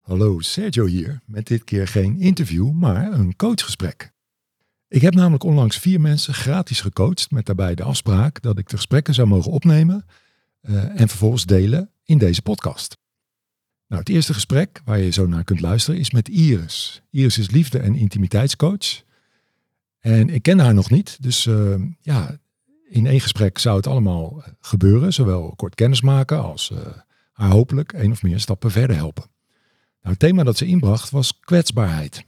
Hallo, Sergio hier, met dit keer geen interview, maar een coachgesprek. Ik heb namelijk onlangs 4 mensen gratis gecoacht met daarbij de afspraak dat ik de gesprekken zou mogen opnemen en vervolgens delen in deze podcast. Nou, het eerste gesprek waar je zo naar kunt luisteren is met Iris. Iris is liefde- en intimiteitscoach en ik ken haar nog niet, dus in 1 gesprek zou het allemaal gebeuren, zowel kort kennismaken als haar hopelijk 1 of meer stappen verder helpen. Nou, het thema dat ze inbracht was kwetsbaarheid.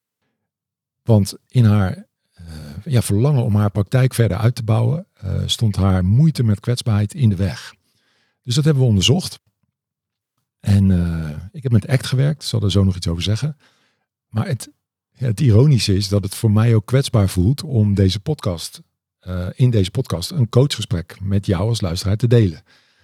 Want in haar verlangen om haar praktijk verder uit te bouwen, stond haar moeite met kwetsbaarheid in de weg. Dus dat hebben we onderzocht. En ik heb met ACT gewerkt, ik zal er zo nog iets over zeggen. Maar het ironische is dat het voor mij ook kwetsbaar voelt om in deze podcast een coachgesprek met jou als luisteraar te delen.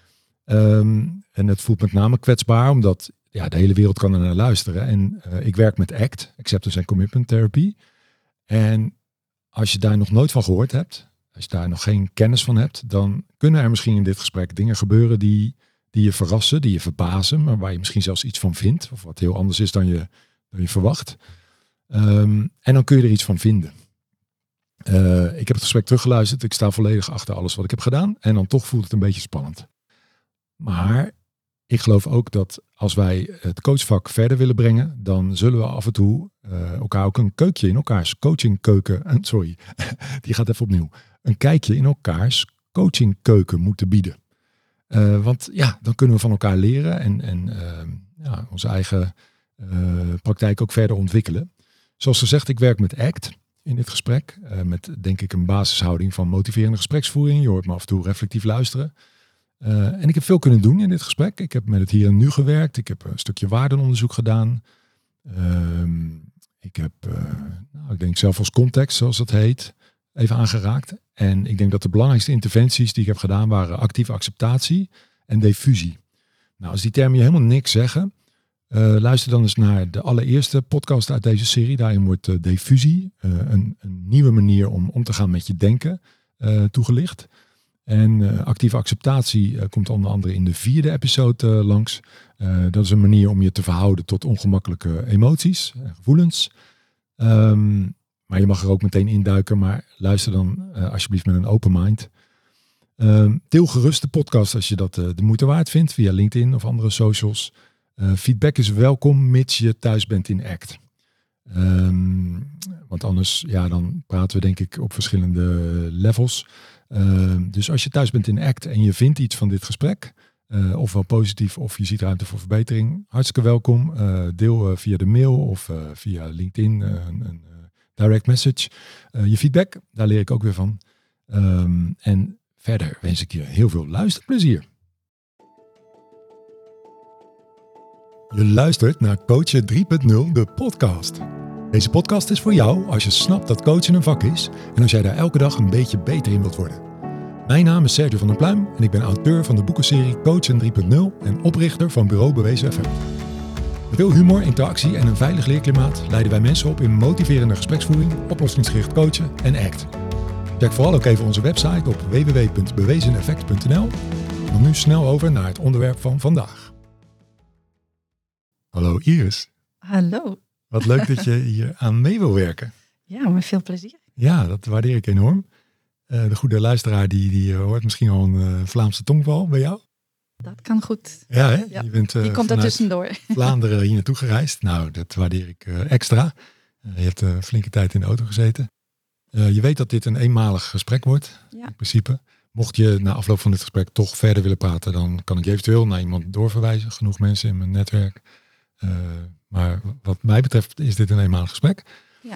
En het voelt met name kwetsbaar omdat de hele wereld kan er naar luisteren. En ik werk met ACT, Acceptance and Commitment Therapy. En als je daar nog nooit van gehoord hebt, als je daar nog geen kennis van hebt, dan kunnen er misschien in dit gesprek dingen gebeuren die je verrassen, die je verbazen, maar waar je misschien zelfs iets van vindt, of wat heel anders is dan je verwacht. En dan kun je er iets van vinden. Ik heb het gesprek teruggeluisterd, ik sta volledig achter alles wat ik heb gedaan en dan toch voelt het een beetje spannend. Maar ik geloof ook dat als wij het coachvak verder willen brengen, dan zullen we af en toe elkaar ook een keukje in elkaars coachingkeuken, die gaat even opnieuw, een kijkje in elkaars coachingkeuken moeten bieden. Want dan kunnen we van elkaar leren en onze eigen praktijk ook verder ontwikkelen. Zoals gezegd, ik werk met ACT in dit gesprek, met denk ik een basishouding van motiverende gespreksvoering. Je hoort me af en toe reflectief luisteren. En ik heb veel kunnen doen in dit gesprek. Ik heb met het hier en nu gewerkt. Ik heb een stukje waardenonderzoek gedaan. Ik heb, ik denk zelf als context, zoals dat heet, even aangeraakt. En ik denk dat de belangrijkste interventies die ik heb gedaan waren actieve acceptatie en diffusie. Nou, als die termen je helemaal niks zeggen, luister dan eens naar de allereerste podcast uit deze serie. Daarin wordt diffusie, een nieuwe manier om te gaan met je denken, toegelicht. En actieve acceptatie komt onder andere in de 4e episode langs. Dat is een manier om je te verhouden tot ongemakkelijke emoties en gevoelens. Maar je mag er ook meteen induiken, maar luister dan alsjeblieft met een open mind. Deel gerust de podcast als je dat de moeite waard vindt via LinkedIn of andere socials. Feedback is welkom mits je thuis bent in ACT. Want anders dan praten we denk ik op verschillende levels. Dus als je thuis bent in ACT en je vindt iets van dit gesprek, ofwel positief of je ziet ruimte voor verbetering, hartstikke welkom. Deel via de mail of via LinkedIn een direct message. Je feedback, daar leer ik ook weer van. En verder wens ik je heel veel luisterplezier. Je luistert naar Coachen 3.0, de podcast. Deze podcast is voor jou als je snapt dat coachen een vak is en als jij daar elke dag een beetje beter in wilt worden. Mijn naam is Sergio van der Pluim en ik ben auteur van de boekenserie Coachen 3.0 en oprichter van Bureau Bewezen Effect. Met veel humor, interactie en een veilig leerklimaat leiden wij mensen op in motiverende gespreksvoering, oplossingsgericht coachen en ACT. Check vooral ook even onze website op www.bewezeneffect.nl. Dan nu snel over naar het onderwerp van vandaag. Hallo Iris. Hallo. Wat leuk dat je hier aan mee wil werken. Ja, met veel plezier. Ja, dat waardeer ik enorm. De goede luisteraar die hoort misschien al een Vlaamse tongval bij jou. Dat kan goed. Ja, hè? Ja, Je bent die komt er tussendoor. Vlaanderen hier naartoe gereisd. Nou, dat waardeer ik extra. Je hebt een flinke tijd in de auto gezeten. Je weet dat dit een eenmalig gesprek wordt, in principe. Mocht je na afloop van dit gesprek toch verder willen praten, dan kan ik je eventueel naar iemand doorverwijzen. Genoeg mensen in mijn netwerk. Maar wat mij betreft is dit een eenmalig gesprek. Ja.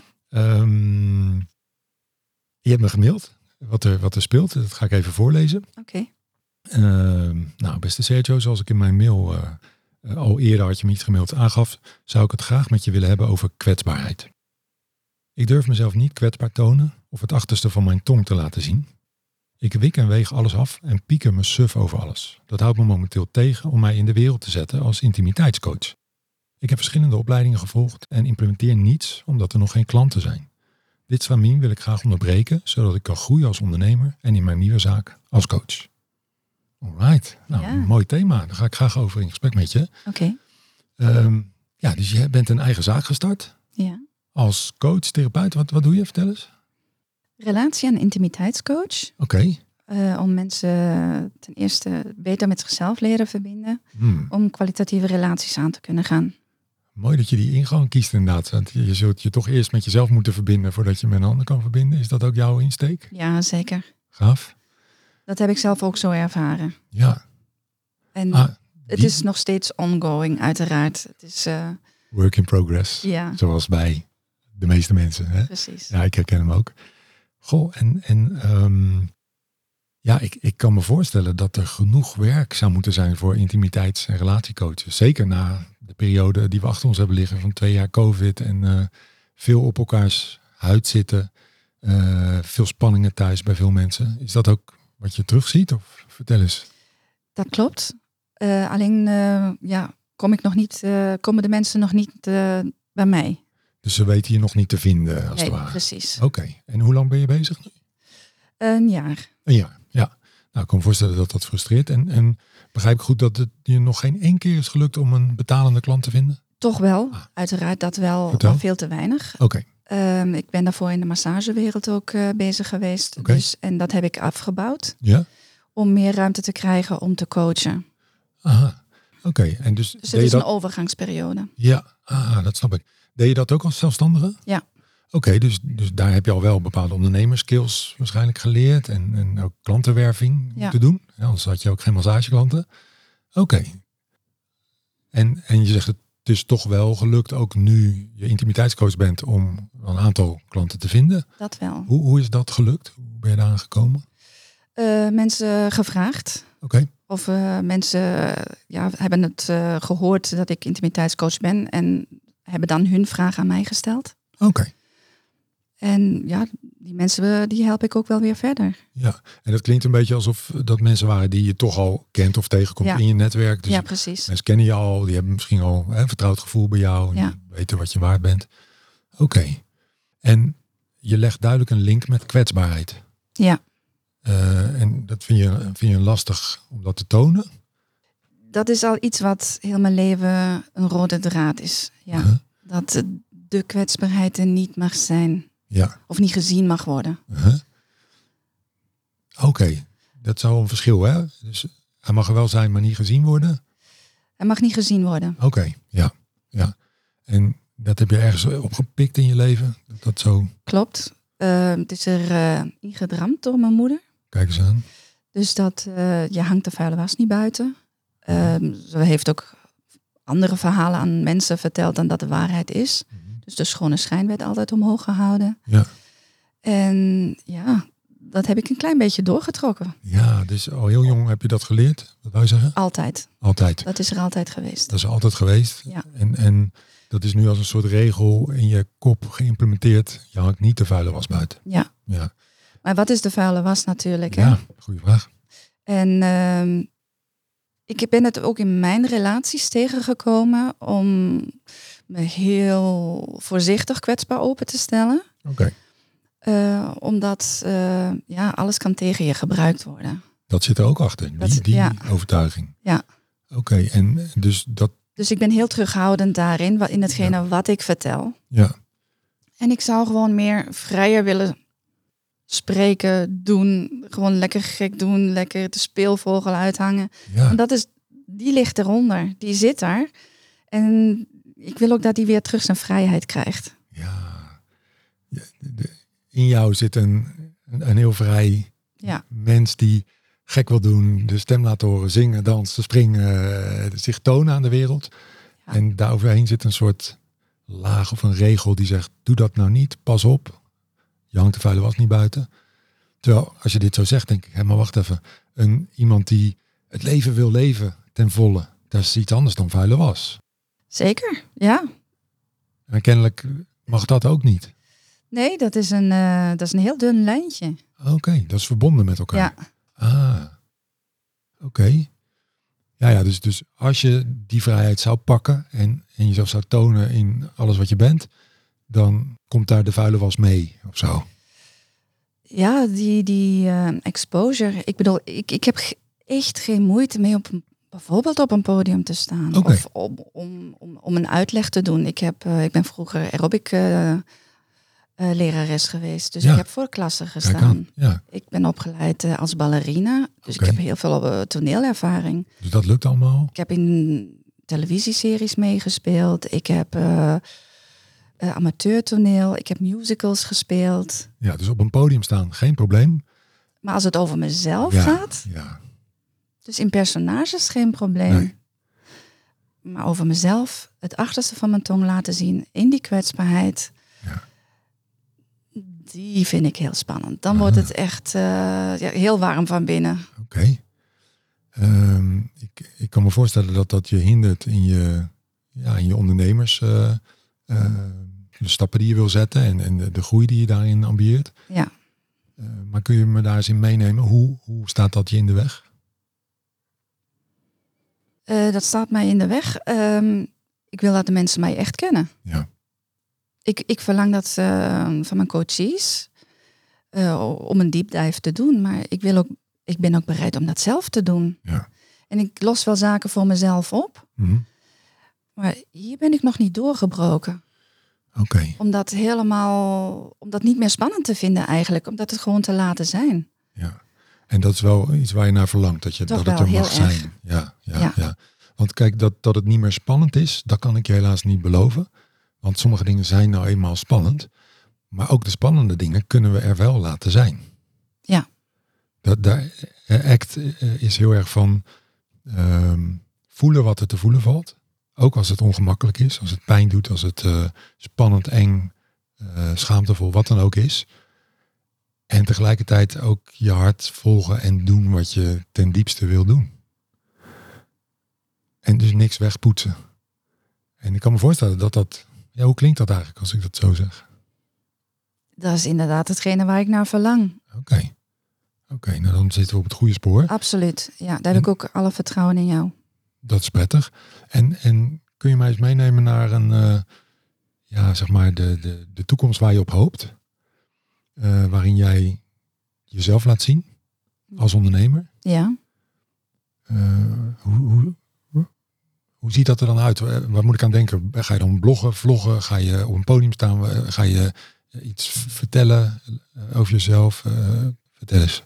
Je hebt me gemaild wat er speelt. Dat ga ik even voorlezen. Oké. Nou, beste Sergio, zoals ik in mijn mail al eerder had je me iets gemaild aangaf, zou ik het graag met je willen hebben over kwetsbaarheid. Ik durf mezelf niet kwetsbaar tonen of het achterste van mijn tong te laten zien. Ik wik en weeg alles af en pieker me suf over alles. Dat houdt me momenteel tegen om mij in de wereld te zetten als intimiteitscoach. Ik heb verschillende opleidingen gevolgd en implementeer niets omdat er nog geen klanten zijn. Dit stramien wil ik graag onderbreken, zodat ik kan groeien als ondernemer en in mijn nieuwe zaak als coach. Alright, nou, Ja. een mooi thema. Daar ga ik graag over in gesprek met je. Oké. Ja, dus je bent een eigen zaak gestart. Ja. Als coach, therapeut. Wat doe je? Vertel eens. Relatie- en intimiteitscoach. Oké. Om mensen ten eerste beter met zichzelf leren verbinden. Hmm. Om kwalitatieve relaties aan te kunnen gaan. Mooi dat je die ingang kiest inderdaad. Want je zult je toch eerst met jezelf moeten verbinden voordat je met een ander kan verbinden. Is dat ook jouw insteek? Ja, zeker. Gaaf. Dat heb ik zelf ook zo ervaren. Ja. En het die- is nog steeds ongoing, uiteraard. Het is, Work in progress. ja, Zoals bij de meeste mensen. Hè? precies. Ja, ik herken hem ook. Goh, ik kan me voorstellen dat er genoeg werk zou moeten zijn voor intimiteits- en relatiecoaches. Zeker na de periode die we achter ons hebben liggen van 2 jaar COVID en veel op elkaars huid zitten. Veel spanningen thuis bij veel mensen. Is dat ook wat je terugziet? Of vertel eens. Dat klopt. Alleen komen de mensen nog niet bij mij. Dus ze weten je nog niet te vinden als Nee, het ware. precies. Oké. En hoe lang ben je bezig nu? Een jaar. Een jaar, ja. Nou, ik kan me voorstellen dat dat frustreert. En begrijp ik goed dat het je nog geen 1 keer is gelukt om een betalende klant te vinden? Toch wel, uiteraard dat wel, Vertel. maar veel te weinig. Oké. Ik ben daarvoor in de massagewereld ook bezig geweest. Oké. Dus, en dat heb ik afgebouwd. Ja? Om meer ruimte te krijgen om te coachen. Aha. Oké. En dus Dus deed het je is dat? een overgangsperiode. Ja, dat snap ik. Deed je dat ook als zelfstandige? Ja. Oké, dus daar heb je al wel bepaalde ondernemerskills waarschijnlijk geleerd. En ook klantenwerving te doen. Ja, anders had je ook geen massageklanten. Oké. En je zegt het is toch wel gelukt ook nu je intimiteitscoach bent om een aantal klanten te vinden. Dat wel. Hoe is dat gelukt? Hoe ben je daar aan gekomen? Mensen gevraagd. Oké. Of mensen hebben het gehoord dat ik intimiteitscoach ben. En hebben dan hun vraag aan mij gesteld. Oké. En ja, die mensen die help ik ook wel weer verder. Ja, en dat klinkt een beetje alsof dat mensen waren die je toch al kent of tegenkomt in je netwerk. Dus ja, precies. mensen kennen je al, die hebben misschien al een vertrouwd gevoel bij jou. En die weten wat je waard bent. Oké. En je legt duidelijk een link met kwetsbaarheid. Ja. En dat vind je lastig om dat te tonen? Dat is al iets wat heel mijn leven een rode draad is. Ja. Dat de kwetsbaarheid er niet mag zijn. Ja. Of niet gezien mag worden. Oké. Dat zou een verschil, hè? Dus hij mag er wel zijn, maar niet gezien worden? Hij mag niet gezien worden. Oké, ja. En dat heb je ergens opgepikt in je leven? Dat zo... Klopt. Het is er ingedramd door mijn moeder. Kijk eens aan. Dus dat je hangt de vuile was niet buiten. Ze heeft ook andere verhalen aan mensen verteld dan dat de waarheid is. Dus de schone schijn werd altijd omhoog gehouden. Ja. En ja, dat heb ik een klein beetje doorgetrokken. Ja, dus al heel jong heb je dat geleerd? Wat wou je zeggen? Altijd. Altijd. Dat is er altijd geweest. Dat is altijd geweest. Ja. En dat is nu als een soort regel in je kop geïmplementeerd. Je hangt niet de vuile was buiten. Ja. Maar wat is de vuile was natuurlijk? Hè? Ja, goede vraag. En ik ben het ook in mijn relaties tegengekomen om me heel voorzichtig kwetsbaar open te stellen. Oké. Omdat alles kan tegen je gebruikt worden. Dat zit er ook achter, die overtuiging. Ja. Oké, en dus dat... Dus ik ben heel terughoudend daarin, in hetgene wat ik vertel. Ja. En ik zou gewoon meer vrijer willen spreken, doen. Gewoon lekker gek doen, lekker de speelvogel uithangen. Ja. En die ligt eronder, die zit daar. En ik wil ook dat hij weer terug zijn vrijheid krijgt. Ja. In jou zit een heel vrij mens die gek wil doen, de stem laten horen, zingen, dansen, springen, zich tonen aan de wereld. Ja. En daar overheen zit een soort laag of een regel die zegt, doe dat nou niet, pas op. Je hangt de vuile was niet buiten. Terwijl, als je dit zo zegt, denk ik, maar wacht even. Iemand die het leven wil leven ten volle, dat is iets anders dan vuile was. Zeker, ja. En kennelijk mag dat ook niet. Nee, dat is een heel dun lijntje. Oké, dat is verbonden met elkaar. Ja. Oké. Ja, dus als je die vrijheid zou pakken en jezelf zou tonen in alles wat je bent, dan komt daar de vuile was mee of zo. Ja, die exposure. Ik bedoel, ik heb echt geen moeite mee op een Bijvoorbeeld op een podium te staan. Oké. Of om een uitleg te doen. Ik ben vroeger aerobic lerares geweest. Dus Ja. ik heb voor klassen Kijk gestaan. aan. Ja. Ik ben opgeleid als ballerina. Dus Oké. ik heb heel veel toneelervaring. Dus dat lukt allemaal? Ik heb in televisieseries meegespeeld. Ik heb amateurtoneel. Ik heb musicals gespeeld. Ja, dus op een podium staan, geen probleem. Maar als het over mezelf Ja. gaat, Ja. dus in personages geen probleem. Nee. Maar over mezelf, het achterste van mijn tong laten zien in die kwetsbaarheid. Ja. Die vind ik heel spannend. Dan wordt het echt heel warm van binnen. Oké. Ik kan me voorstellen dat je hindert in je ondernemers. De stappen die je wil zetten en de groei die je daarin ambieert. Ja. Maar kun je me daar eens in meenemen? Hoe staat dat je in de weg? Dat staat mij in de weg. Ik wil dat de mensen mij echt kennen. Ja. Ik verlang dat van mijn coaches. Om een deep dive te doen. Maar ik ben ook bereid om dat zelf te doen. Ja. En ik los wel zaken voor mezelf op. Mhm. Maar hier ben ik nog niet doorgebroken. Oké. Om dat niet meer spannend te vinden eigenlijk. Om dat het gewoon te laten zijn. Ja. En dat is wel iets waar je naar verlangt. Dat Toch het wel, er heel mag erg. zijn. Ja. Ja. Want kijk, dat het niet meer spannend is, dat kan ik je helaas niet beloven. Want sommige dingen zijn nou eenmaal spannend. Maar ook de spannende dingen kunnen we er wel laten zijn. Ja. ACT is heel erg van voelen wat er te voelen valt. Ook als het ongemakkelijk is, als het pijn doet, als het spannend, eng, schaamtevol, wat dan ook is. En tegelijkertijd ook je hart volgen en doen wat je ten diepste wil doen. En dus niks wegpoetsen. En ik kan me voorstellen dat... Ja, hoe klinkt dat eigenlijk als ik dat zo zeg? Dat is inderdaad hetgene waar ik naar verlang. Oké, nou dan zitten we op het goede spoor. Absoluut. Ja, daar heb ik ook alle vertrouwen in jou. Dat is prettig. En kun je mij eens meenemen naar de toekomst waar je op hoopt? Waarin jij jezelf laat zien als ondernemer? Ja. Hoe ziet dat er dan uit? Waar moet ik aan denken? Ga je dan bloggen, vloggen? Ga je op een podium staan? Ga je iets vertellen over jezelf? Vertel eens.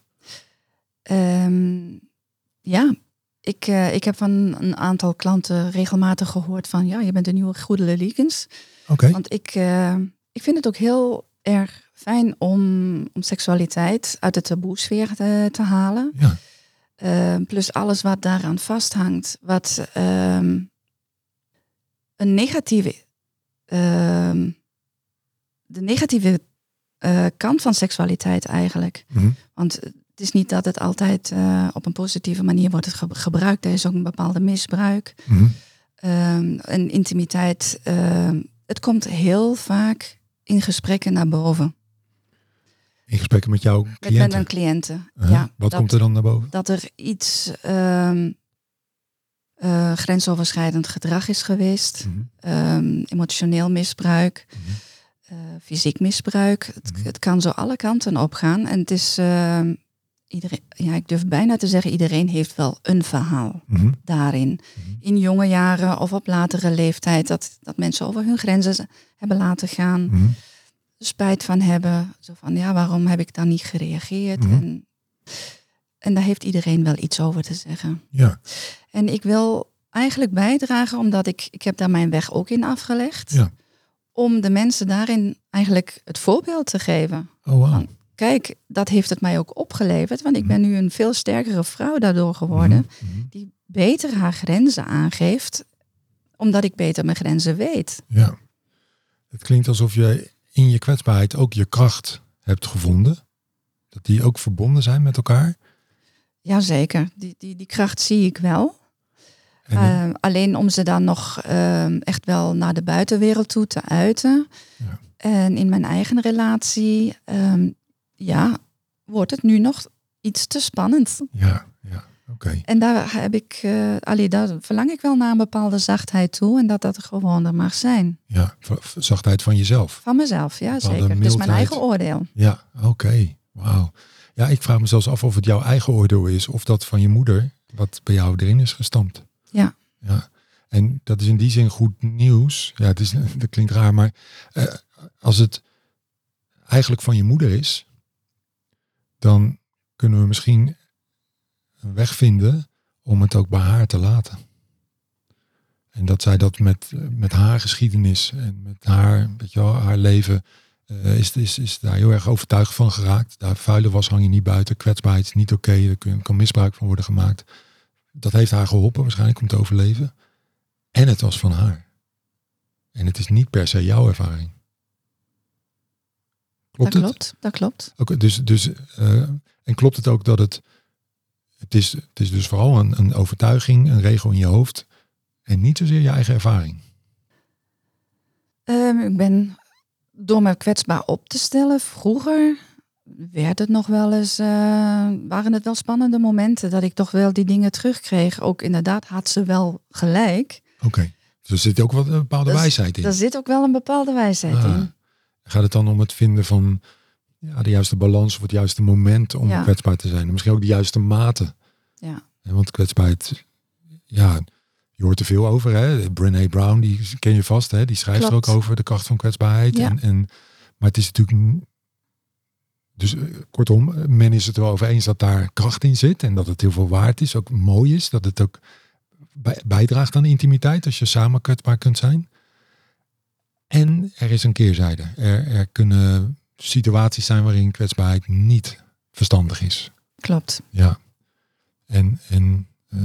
Ja, ik heb van een aantal klanten regelmatig gehoord van... ja, je bent de nieuwe Goedele Liekens. Oké. Want ik vind het ook heel erg fijn om seksualiteit uit de taboesfeer te halen. Ja. Plus alles wat daaraan vasthangt. Wat een negatieve... de negatieve kant van seksualiteit eigenlijk. Mhm. Want het is niet dat het altijd op een positieve manier wordt gebruikt. Er is ook een bepaalde misbruik. Mhm. En intimiteit. Het komt heel vaak in gesprekken naar boven. In gesprekken met jouw cliënten? Met mijn cliënten. Ja, Wat komt er dan naar boven? Dat er iets grensoverschrijdend gedrag is geweest. Mhm. Emotioneel misbruik. Mhm. Fysiek misbruik. Het kan zo alle kanten opgaan. En het is... iedereen, ja, ik durf bijna te zeggen, iedereen heeft wel een verhaal daarin. Mhm. In jonge jaren of op latere leeftijd. Dat mensen over hun grenzen hebben laten gaan. Mhm. Spijt van hebben. Zo van, ja, waarom heb ik dan niet gereageerd? Mhm. En daar heeft iedereen wel iets over te zeggen. Ja. En ik wil eigenlijk bijdragen, omdat ik heb daar mijn weg ook in afgelegd. Ja. Om de mensen daarin eigenlijk het voorbeeld te geven. Oh, wow. Van, kijk, dat heeft het mij ook opgeleverd. Want ik ben nu een veel sterkere vrouw daardoor geworden. Mhm. Die beter haar grenzen aangeeft. Omdat ik beter mijn grenzen weet. Ja. Het klinkt alsof je in je kwetsbaarheid ook je kracht hebt gevonden. Dat die ook verbonden zijn met elkaar. Jazeker, die kracht zie ik wel. En Alleen om ze dan nog echt wel naar de buitenwereld toe te uiten. Ja. En in mijn eigen relatie, wordt het nu nog iets te spannend. Ja, oké. En daar heb ik, daar verlang ik wel naar een bepaalde zachtheid toe. En dat er gewoon er mag zijn. Ja, zachtheid van jezelf. Van mezelf, ja Bepaalde zeker. Het is mijn mildheid. eigen oordeel. Ja, oké. Wauw. Ja, ik vraag me zelfs af of het jouw eigen oordeel is of dat van je moeder wat bij jou erin is gestampt. Ja. Ja. En dat is in die zin goed nieuws. Ja, dat klinkt raar, maar als het eigenlijk van je moeder is, dan kunnen we misschien een weg vinden om het ook bij haar te laten. En dat zij dat met haar geschiedenis en met haar, weet je wel, haar leven is daar heel erg overtuigd van geraakt. Daar vuile was hang je niet buiten, kwetsbaarheid is niet oké, er kan misbruik van worden gemaakt. Dat heeft haar geholpen waarschijnlijk om te overleven. En het was van haar. En het is niet per se jouw ervaring. Klopt dat het? klopt, dat klopt. Oké, en klopt het ook dat het is dus vooral een overtuiging, een regel in je hoofd en niet zozeer je eigen ervaring? Ik ben door me kwetsbaar op te stellen vroeger werd het nog wel eens, waren het wel spannende momenten dat ik toch wel die dingen terugkreeg. Ook inderdaad had ze wel gelijk. Oké. Dus er zit ook wat een bepaalde wijsheid in. Er zit ook wel een bepaalde wijsheid in. Gaat het dan om het vinden van de juiste balans of het juiste moment om kwetsbaar te zijn? En misschien ook de juiste mate. Ja. Want kwetsbaarheid, je hoort er veel over. Hè? Brené Brown, die ken je vast. Hè? Die schrijft er ook over, de kracht van kwetsbaarheid. Ja. Maar het is natuurlijk... Dus kortom, men is het er wel over eens dat daar kracht in zit. En dat het heel veel waard is. Ook mooi is. Dat het ook bijdraagt aan intimiteit. Als je samen kwetsbaar kunt zijn. En er is een keerzijde. Er kunnen situaties zijn waarin kwetsbaarheid niet verstandig is. Klopt. Ja. En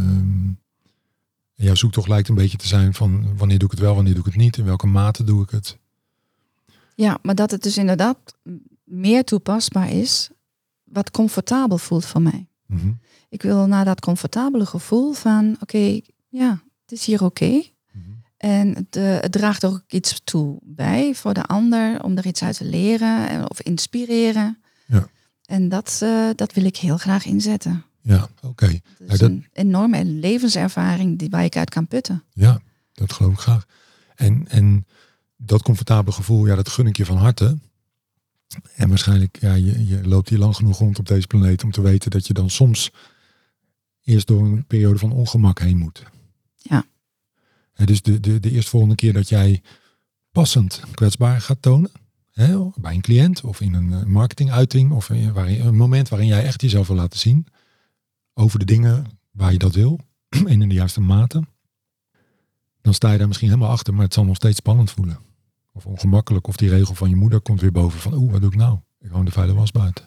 jouw zoektocht lijkt een beetje te zijn van wanneer doe ik het wel, wanneer doe ik het niet. In welke mate doe ik het. Ja, maar dat het dus inderdaad meer toepasbaar is wat comfortabel voelt voor mij. Mm-hmm. Ik wil naar dat comfortabele gevoel van oké, het is hier oké. Mm-hmm. En het draagt ook iets toe bij voor de ander om er iets uit te leren of inspireren. Ja. En dat wil ik heel graag inzetten. Ja, oké. Dat is een enorme levenservaring waar ik uit kan putten. Ja, dat geloof ik graag. En dat comfortabele gevoel, dat gun ik je van harte. En waarschijnlijk, je loopt hier lang genoeg rond op deze planeet om te weten dat je dan soms eerst door een periode van ongemak heen moet. Ja. Dus de eerstvolgende keer dat jij passend kwetsbaar gaat tonen, bij een cliënt of in een marketinguiting of een moment waarin jij echt jezelf wil laten zien over de dingen waar je dat wil en in de juiste mate, dan sta je daar misschien helemaal achter, maar het zal nog steeds spannend voelen. Of ongemakkelijk, of die regel van je moeder komt weer boven van wat doe ik nou? Ik hang de vuile was buiten.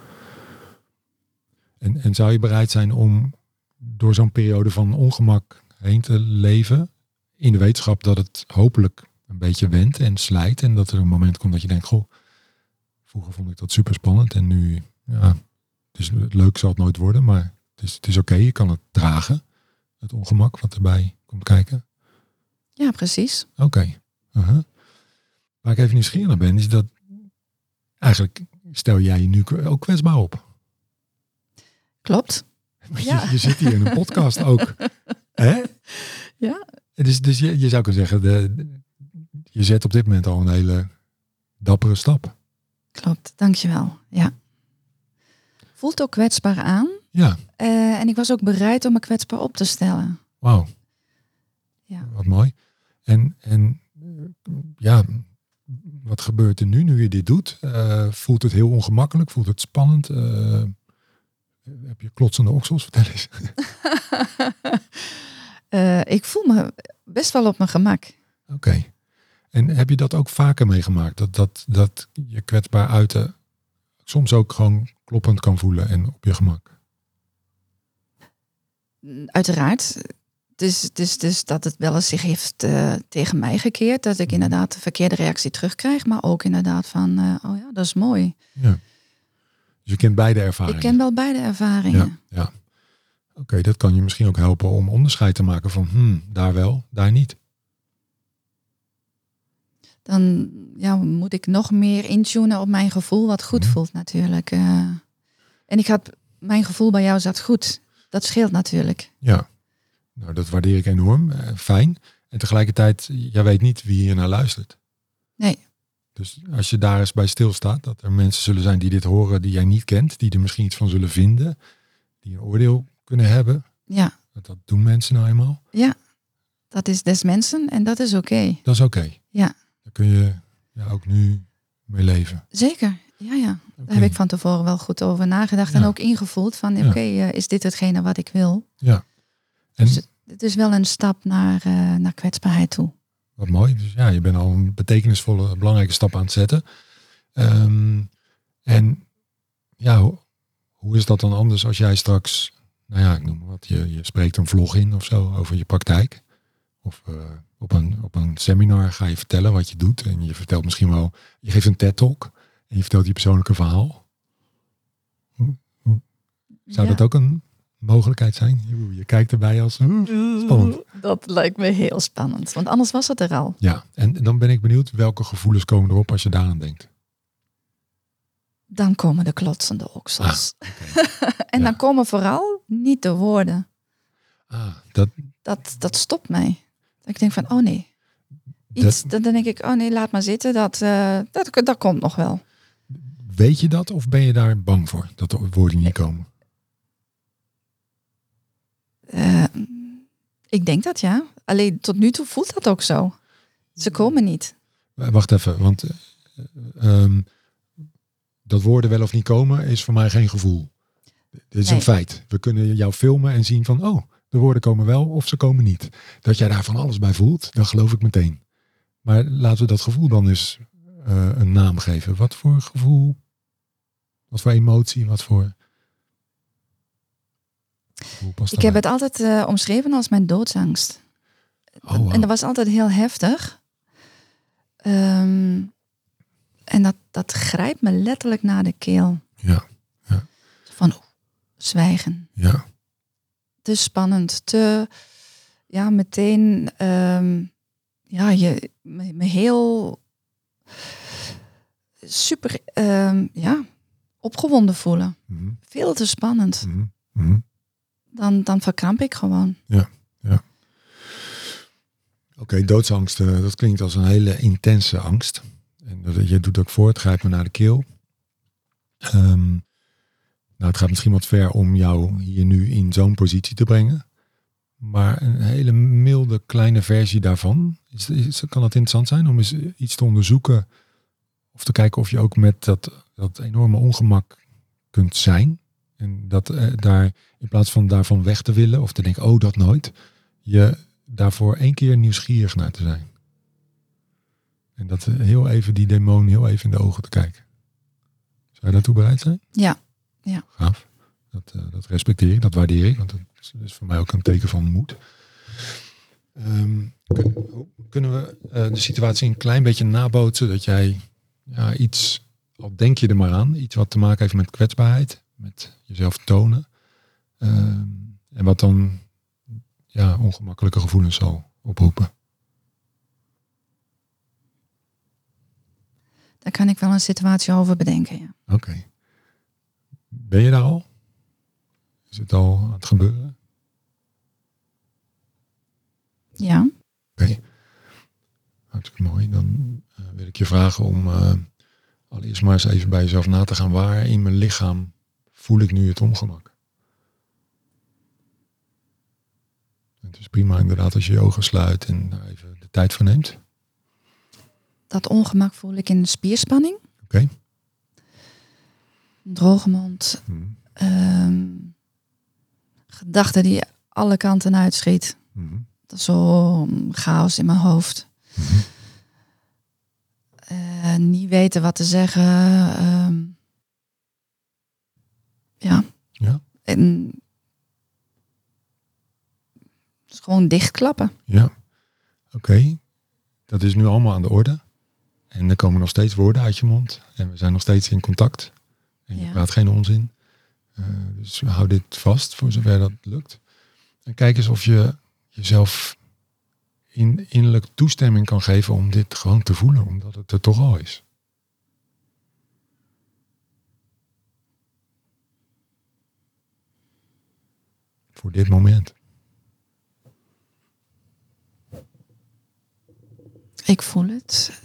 En zou je bereid zijn om door zo'n periode van ongemak heen te leven, in de wetenschap dat het hopelijk een beetje wendt en slijt en dat er een moment komt dat je denkt, goh, vroeger vond ik dat super spannend en nu, het leuk zal het nooit worden, maar het is oké, je kan het dragen, het ongemak wat erbij komt kijken. Ja, precies. Oké. Uh-huh. Waar ik even nieuwsgierig naar ben, is dat eigenlijk stel jij je nu ook kwetsbaar op. Klopt. Je zit hier in een podcast ook. Hè? Ja. Dus je zou kunnen zeggen, je zet op dit moment al een hele dappere stap. Klopt, dankjewel. Ja. Voelt ook kwetsbaar aan. Ja. En ik was ook bereid om me kwetsbaar op te stellen. Wauw. Ja. Wat mooi. En wat gebeurt er nu je dit doet? Voelt het heel ongemakkelijk? Voelt het spannend? Heb je klotsende oksels? Vertel eens. Ik voel me best wel op mijn gemak. Oké. En heb je dat ook vaker meegemaakt? Dat je kwetsbaar uiten soms ook gewoon kloppend kan voelen en op je gemak? Uiteraard. Dus dat het wel eens zich heeft tegen mij gekeerd. Dat ik inderdaad de verkeerde reactie terugkrijg. Maar ook inderdaad van, dat is mooi. Ja. Dus je kent beide ervaringen? Ik ken wel beide ervaringen. Ja. Oké, dat kan je misschien ook helpen om onderscheid te maken van daar wel, daar niet. Dan moet ik nog meer intunen op mijn gevoel wat goed voelt natuurlijk. En mijn gevoel bij jou zat goed. Dat scheelt natuurlijk. Ja, nou dat waardeer ik enorm. Fijn. En tegelijkertijd, jij weet niet wie hier naar luistert. Nee. Dus als je daar eens bij stilstaat, dat er mensen zullen zijn die dit horen die jij niet kent, die er misschien iets van zullen vinden, die een oordeel kunnen hebben. Ja. Dat doen mensen nou eenmaal. Ja, dat is des mensen en dat is oké. Dat is oké. Ja. Daar kun je ook nu mee leven. Zeker, ja. Okay. Daar heb ik van tevoren wel goed over nagedacht en ook ingevoeld van is dit hetgene wat ik wil? Ja. En dus het is wel een stap naar kwetsbaarheid toe. Wat mooi. Dus je bent al een betekenisvolle, belangrijke stap aan het zetten. En hoe is dat dan anders als jij straks, ik noem maar wat, je spreekt een vlog in of zo over je praktijk. Of op een seminar ga je vertellen wat je doet. En je vertelt misschien wel, je geeft een TED-talk en je vertelt je persoonlijke verhaal. Zou dat ook een mogelijkheid zijn? Je kijkt erbij als spannend. Dat lijkt me heel spannend, want anders was het er al. Ja, en dan ben ik benieuwd welke gevoelens komen erop als je daaraan denkt. Dan komen de klotsende oksels. Okay. En dan komen vooral niet de woorden. Dat stopt mij. Ik denk van, oh nee. Dan denk ik, oh nee, laat maar zitten. Dat komt nog wel. Weet je dat of ben je daar bang voor? Dat de woorden niet komen? Ik denk dat ja. Alleen tot nu toe voelt dat ook zo. Ze komen niet. Wacht even, want dat woorden wel of niet komen is voor mij geen gevoel. Dit is een feit. We kunnen jou filmen en zien van, de woorden komen wel of ze komen niet. Dat jij daar van alles bij voelt, dat geloof ik meteen. Maar laten we dat gevoel dan eens een naam geven. Wat voor gevoel? Wat voor emotie? Wat voor... Ik heb het altijd omschreven als mijn doodsangst. Wow. En dat was altijd heel heftig. En dat grijpt me letterlijk naar de keel. Ja. Van zwijgen. Ja. Te spannend. Meteen... me heel... super... opgewonden voelen. Mm-hmm. Veel te spannend. Mm-hmm. Dan verkramp ik gewoon. Ja. Oké, doodsangst, dat klinkt als een hele intense angst. En je doet ook voor, het grijpt me naar de keel. Het gaat misschien wat ver om jou hier nu in zo'n positie te brengen. Maar een hele milde kleine versie daarvan. Kan het interessant zijn om eens iets te onderzoeken. Of te kijken of je ook met dat enorme ongemak kunt zijn. En dat daar in plaats van daarvan weg te willen of te denken, dat nooit. Je daarvoor 1 keer nieuwsgierig naar te zijn. En dat heel even die demon heel even in de ogen te kijken. Zou je daartoe bereid zijn? Ja. Gaaf. Dat respecteer ik, dat waardeer ik. Want dat is voor mij ook een teken van moed. Kunnen we de situatie een klein beetje nabootsen dat jij iets, al denk je er maar aan, iets wat te maken heeft met kwetsbaarheid, met jezelf tonen. En wat dan ongemakkelijke gevoelens zal oproepen. Daar kan ik wel een situatie over bedenken, ja. Oké. Ben je daar al? Is het al aan het gebeuren? Ja. Oké. Hartstikke mooi. Dan wil ik je vragen om allereerst maar eens even bij jezelf na te gaan. Waar in mijn lichaam voel ik nu het ongemak? Het is prima inderdaad als je je ogen sluit en daar even de tijd voor neemt. Dat ongemak voel ik in spierspanning. Oké. Droge mond. Gedachten die alle kanten uitschiet. Mm-hmm. Dat is zo chaos in mijn hoofd. Mm-hmm. Niet weten wat te zeggen. Ja. En dus gewoon dichtklappen. Ja. Oké. Dat is nu allemaal aan de orde. En er komen nog steeds woorden uit je mond. En we zijn nog steeds in contact. En je praat geen onzin. Dus hou dit vast voor zover dat lukt. En kijk eens of je jezelf innerlijk toestemming kan geven om dit gewoon te voelen. Omdat het er toch al is. Voor dit moment. Ik voel het.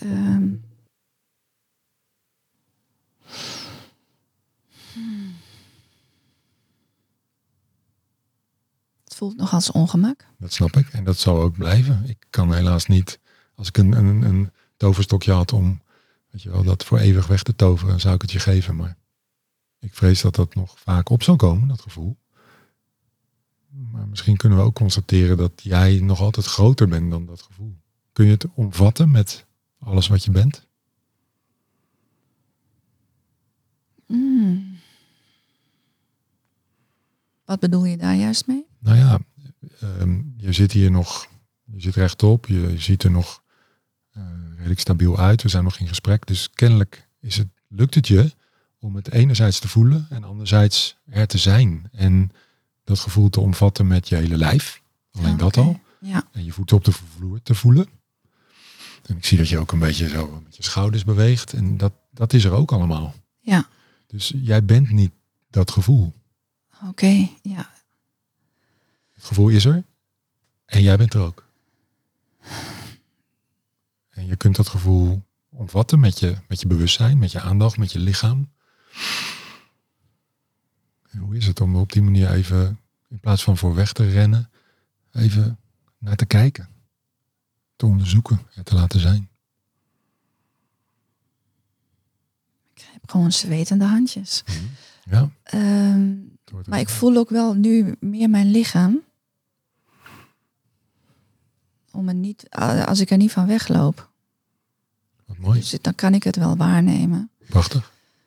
Het voelt nog als ongemak. Dat snap ik. En dat zal ook blijven. Ik kan helaas niet, als ik een toverstokje had om, weet je wel, dat voor eeuwig weg te toveren, zou ik het je geven. Maar ik vrees dat dat nog vaak op zal komen, dat gevoel. Maar misschien kunnen we ook constateren dat jij nog altijd groter bent dan dat gevoel. Kun je het omvatten met alles wat je bent? Wat bedoel je daar juist mee? Nou ja, je zit hier nog, je zit rechtop, je ziet er nog redelijk stabiel uit. We zijn nog in gesprek, dus kennelijk lukt het je om het enerzijds te voelen en anderzijds er te zijn. En dat gevoel te omvatten met je hele lijf. Alleen dat al. Ja. En je voeten op de vloer te voelen. En ik zie dat je ook een beetje zo met je schouders beweegt. En dat is er ook allemaal. Ja. Dus jij bent niet dat gevoel. Oké, ja. Het gevoel is er. En jij bent er ook. En je kunt dat gevoel omvatten met je bewustzijn, met je aandacht, met je lichaam. En hoe is het om er op die manier even, in plaats van voor weg te rennen, even naar te kijken. Te onderzoeken en te laten zijn. Ik heb gewoon zwetende handjes. Ja. Maar ik voel ook wel nu meer mijn lichaam. Als ik er niet van wegloop. Wat mooi. Dus dan kan ik het wel waarnemen. Prachtig.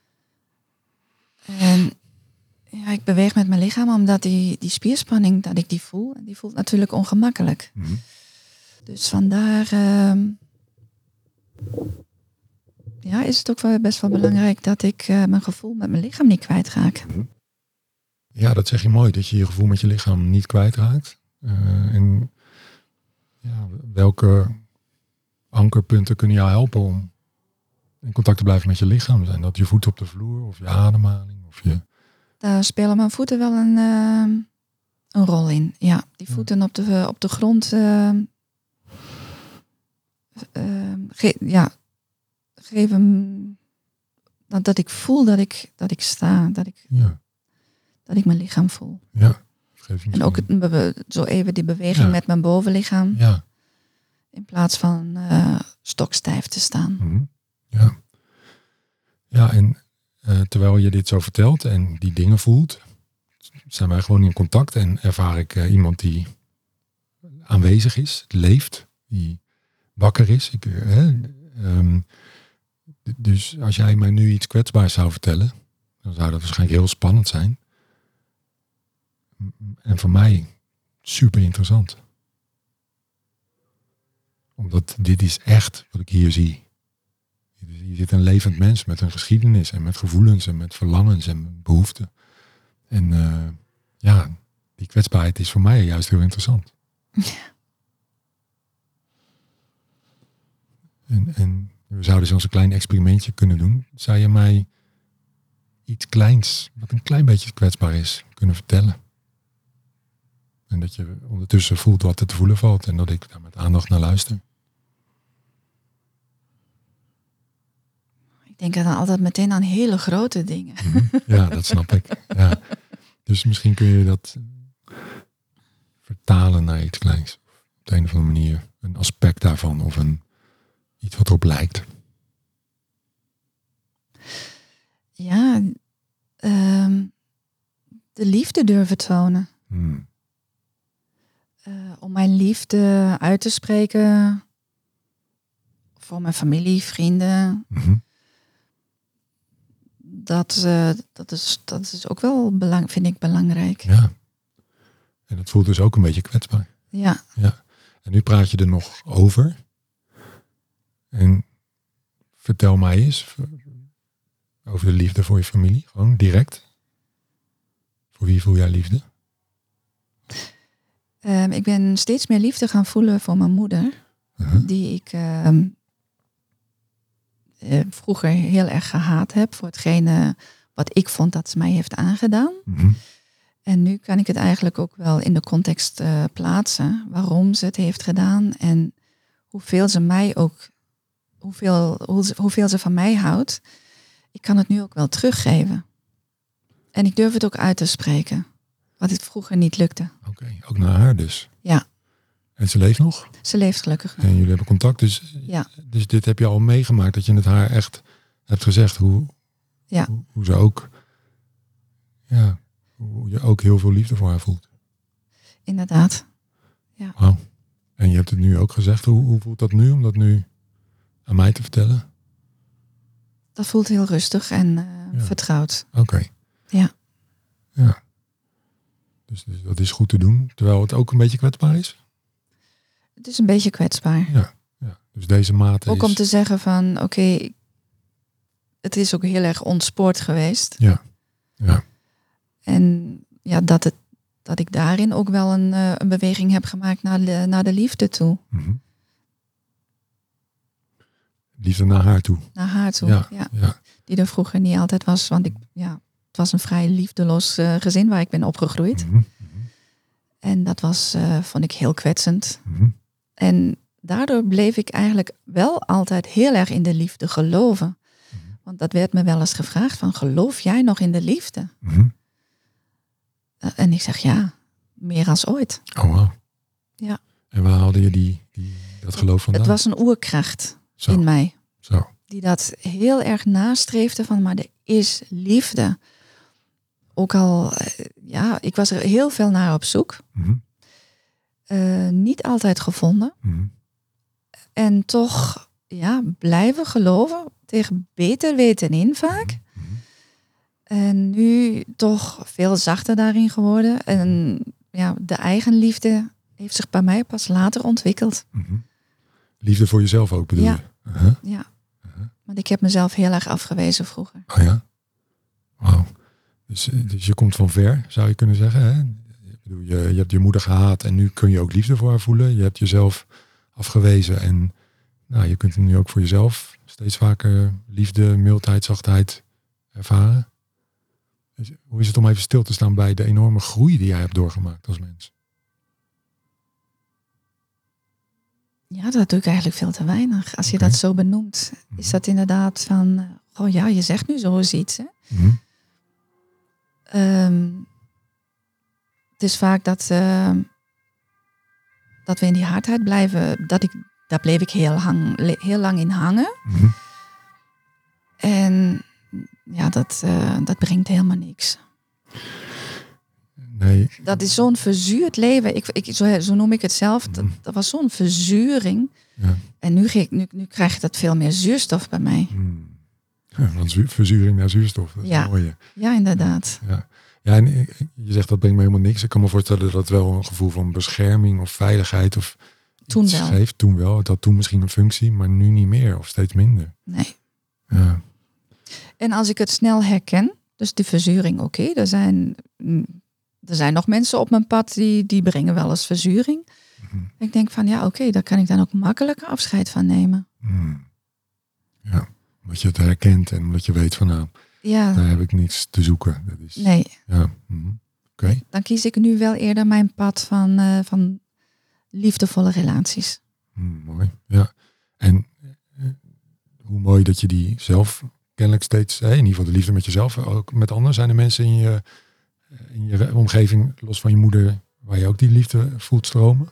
En ja, ik beweeg met mijn lichaam omdat die spierspanning dat ik die voel. En die voelt natuurlijk ongemakkelijk. Mm-hmm. Dus vandaar is het ook wel best wel belangrijk dat ik mijn gevoel met mijn lichaam niet kwijtraak. Mm-hmm. Ja, dat zeg je mooi, dat je je gevoel met je lichaam niet kwijtraakt. En ja, welke ankerpunten kunnen jou helpen om in contact te blijven met je lichaam? Zijn dat je voeten op de vloer of je ademhaling? Of je... Daar spelen mijn voeten wel een rol in. Ja, die voeten op de grond geven dat ik voel dat ik sta, dat ik mijn lichaam voel. Ja. En ook zo even die beweging met mijn bovenlichaam. Ja. In plaats van stokstijf te staan. Mm-hmm. Ja. Ja, en terwijl je dit zo vertelt en die dingen voelt, zijn wij gewoon in contact en ervaar ik iemand die aanwezig is, leeft, die wakker is. Dus als jij mij nu iets kwetsbaars zou vertellen, dan zou dat waarschijnlijk heel spannend zijn. En voor mij super interessant. Omdat dit is echt wat ik hier zie. Hier zit een levend mens met een geschiedenis en met gevoelens en met verlangens en behoeften. En die kwetsbaarheid is voor mij juist heel interessant. Ja. En we zouden zo'n klein experimentje kunnen doen. Zou je mij iets kleins, wat een klein beetje kwetsbaar is, kunnen vertellen? En dat je ondertussen voelt wat er te voelen valt en dat ik daar met aandacht naar luister. Ik denk dan altijd meteen aan hele grote dingen. Mm-hmm. Ja, dat snap ik. Ja. Dus misschien kun je dat vertalen naar iets kleins. Op de een of andere manier. Een aspect daarvan of iets wat erop lijkt. Ja, de liefde durven tonen. Om mijn liefde uit te spreken voor mijn familie, vrienden. Mm-hmm. Dat is ook wel vind ik belangrijk. Ja. En dat voelt dus ook een beetje kwetsbaar. Ja. Ja. En nu praat je er nog over. En vertel mij eens over de liefde voor je familie. Gewoon direct. Voor wie voel jij liefde? Ik ben steeds meer liefde gaan voelen voor mijn moeder. Uh-huh. Die ik vroeger heel erg gehaat heb. Voor hetgene wat ik vond dat ze mij heeft aangedaan. Mm-hmm. En nu kan ik het eigenlijk ook wel in de context plaatsen. Waarom ze het heeft gedaan. En hoeveel ze mij ook. Hoeveel ze van mij houdt. Ik kan het nu ook wel teruggeven. En ik durf het ook uit te spreken. Wat het vroeger niet lukte. Oké, ook naar haar dus. Ja. En ze leeft nog? Ze leeft gelukkig nog. En jullie hebben contact, dus dit heb je al meegemaakt, dat je het haar echt hebt gezegd, hoe ze ook, hoe je ook heel veel liefde voor haar voelt. Inderdaad. Ja. Wauw. En je hebt het nu ook gezegd, hoe voelt dat nu, om dat nu aan mij te vertellen? Dat voelt heel rustig en vertrouwd. Oké. Ja. Ja. Dus dat is goed te doen, terwijl het ook een beetje kwetsbaar is? Het is een beetje kwetsbaar. Ja. Dus deze mate ook om te zeggen van, oké, het is ook heel erg ontspoord geweest. Ja. En dat ik daarin ook wel een beweging heb gemaakt naar de liefde toe. Mm-hmm. Liefde naar haar toe. Naar haar toe, ja. Die er vroeger niet altijd was, want het was een vrij liefdeloos gezin waar ik ben opgegroeid. Mm-hmm. En dat vond ik heel kwetsend. Mm-hmm. En daardoor bleef ik eigenlijk wel altijd heel erg in de liefde geloven. Mm-hmm. Want dat werd me wel eens gevraagd van, geloof jij nog in de liefde? Mm-hmm. En ik zeg ja, meer als ooit. Oh wow. Ja. En waar haalde je dat geloof vandaan? Het was een oerkracht in mij. Zo. Die dat heel erg nastreefde van, maar er is liefde. Ook al, ik was er heel veel naar op zoek. Mm-hmm. Niet altijd gevonden. Mm-hmm. En toch, blijven geloven. Tegen beter weten in vaak. Mm-hmm. En nu toch veel zachter daarin geworden. En de eigenliefde heeft zich bij mij pas later ontwikkeld. Mm-hmm. Liefde voor jezelf ook bedoel je? Uh-huh. Ja. Want ik heb mezelf heel erg afgewezen vroeger. Oh ja? Wauw. Dus je komt van ver, zou je kunnen zeggen. Hè? Je hebt je moeder gehaat en nu kun je ook liefde voor haar voelen. Je hebt jezelf afgewezen en je kunt nu ook voor jezelf steeds vaker liefde, mildheid, zachtheid ervaren. Dus hoe is het om even stil te staan bij de enorme groei die jij hebt doorgemaakt als mens? Ja, dat doe ik eigenlijk veel te weinig. Als je dat zo benoemt, is dat inderdaad van, je zegt nu zo eens iets. Hè? Mm-hmm. Het is vaak dat we in die hardheid blijven. Daar bleef ik heel lang in hangen. Mm-hmm. En dat brengt helemaal niks. Nee. Dat is zo'n verzuurd leven. Zo noem ik het zelf. Dat was zo'n verzuring. Ja. En nu krijg je dat veel meer zuurstof bij mij. Ja, van verzuring naar zuurstof. Dat is een mooie. Ja, inderdaad. Ja, en je zegt dat brengt me helemaal niks. Ik kan me voorstellen dat het wel een gevoel van bescherming of veiligheid of toen wel. Geeft. Toen wel. Het had toen misschien een functie, maar nu niet meer of steeds minder. Nee. Ja. En als ik het snel herken, dus de verzuring, oké, er zijn nog mensen op mijn pad die brengen wel eens verzuring. Mm-hmm. Ik denk van daar kan ik dan ook makkelijker afscheid van nemen. Ja, omdat je het herkent en omdat je weet van daar heb ik niks te zoeken. Dat is, nee. Ja. Mm-hmm. Okay. Dan kies ik nu wel eerder mijn pad van liefdevolle relaties. Mooi, ja. En hoe mooi dat je die zelf kennelijk steeds, in ieder geval de liefde met jezelf, ook met anderen. Zijn er mensen in je omgeving, los van je moeder, waar je ook die liefde voelt stromen?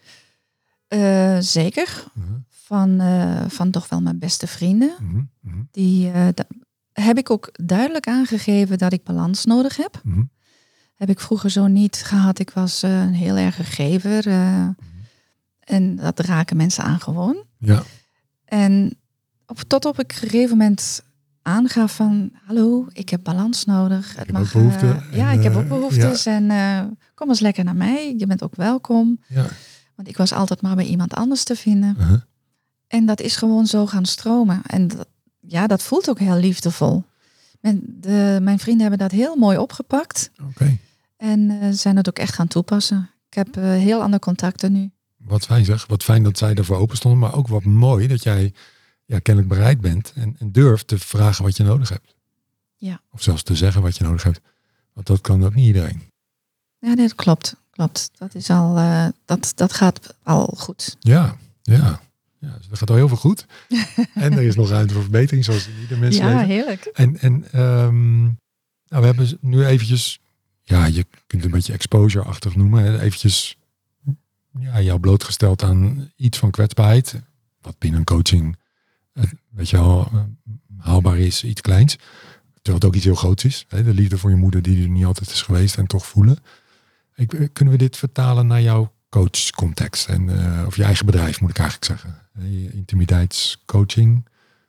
Zeker. Van toch wel mijn beste vrienden. Mm-hmm. Die heb ik ook duidelijk aangegeven dat ik balans nodig heb. Mm-hmm. Heb ik vroeger zo niet gehad. Ik was een heel erge gever. En dat raken mensen aan gewoon. Ja. En tot op een gegeven moment aangaf van, hallo, ik heb balans nodig. Ik heb ook behoeften. Ik heb ook behoeftes. Ja. En kom eens lekker naar mij. Je bent ook welkom. Ja. Want ik was altijd maar bij iemand anders te vinden. Uh-huh. En dat is gewoon zo gaan stromen. En dat voelt ook heel liefdevol. Mijn vrienden hebben dat heel mooi opgepakt. Okay. En zijn het ook echt gaan toepassen. Ik heb heel andere contacten nu. Wat fijn zeg. Wat fijn dat zij ervoor open stonden. Maar ook wat mooi dat jij kennelijk bereid bent. En durft te vragen wat je nodig hebt. Ja. Of zelfs te zeggen wat je nodig hebt. Want dat kan ook niet iedereen. Ja, dat klopt. Dat is al, dat gaat al goed. Ja, dus dat gaat al heel veel goed. En er is nog ruimte voor verbetering, zoals in ieder mens leven. Ja, heerlijk. En we hebben nu eventjes je kunt het een beetje exposure-achtig noemen. Hè? Eventjes jou blootgesteld aan iets van kwetsbaarheid. Wat binnen een coaching, weet je wel, haalbaar is, iets kleins. Terwijl het ook iets heel groots is. Hè? De liefde voor je moeder die er niet altijd is geweest en toch voelen. Kunnen we dit vertalen naar jouw coachcontext? Of je eigen bedrijf, moet ik eigenlijk zeggen. Je intimiteitscoaching.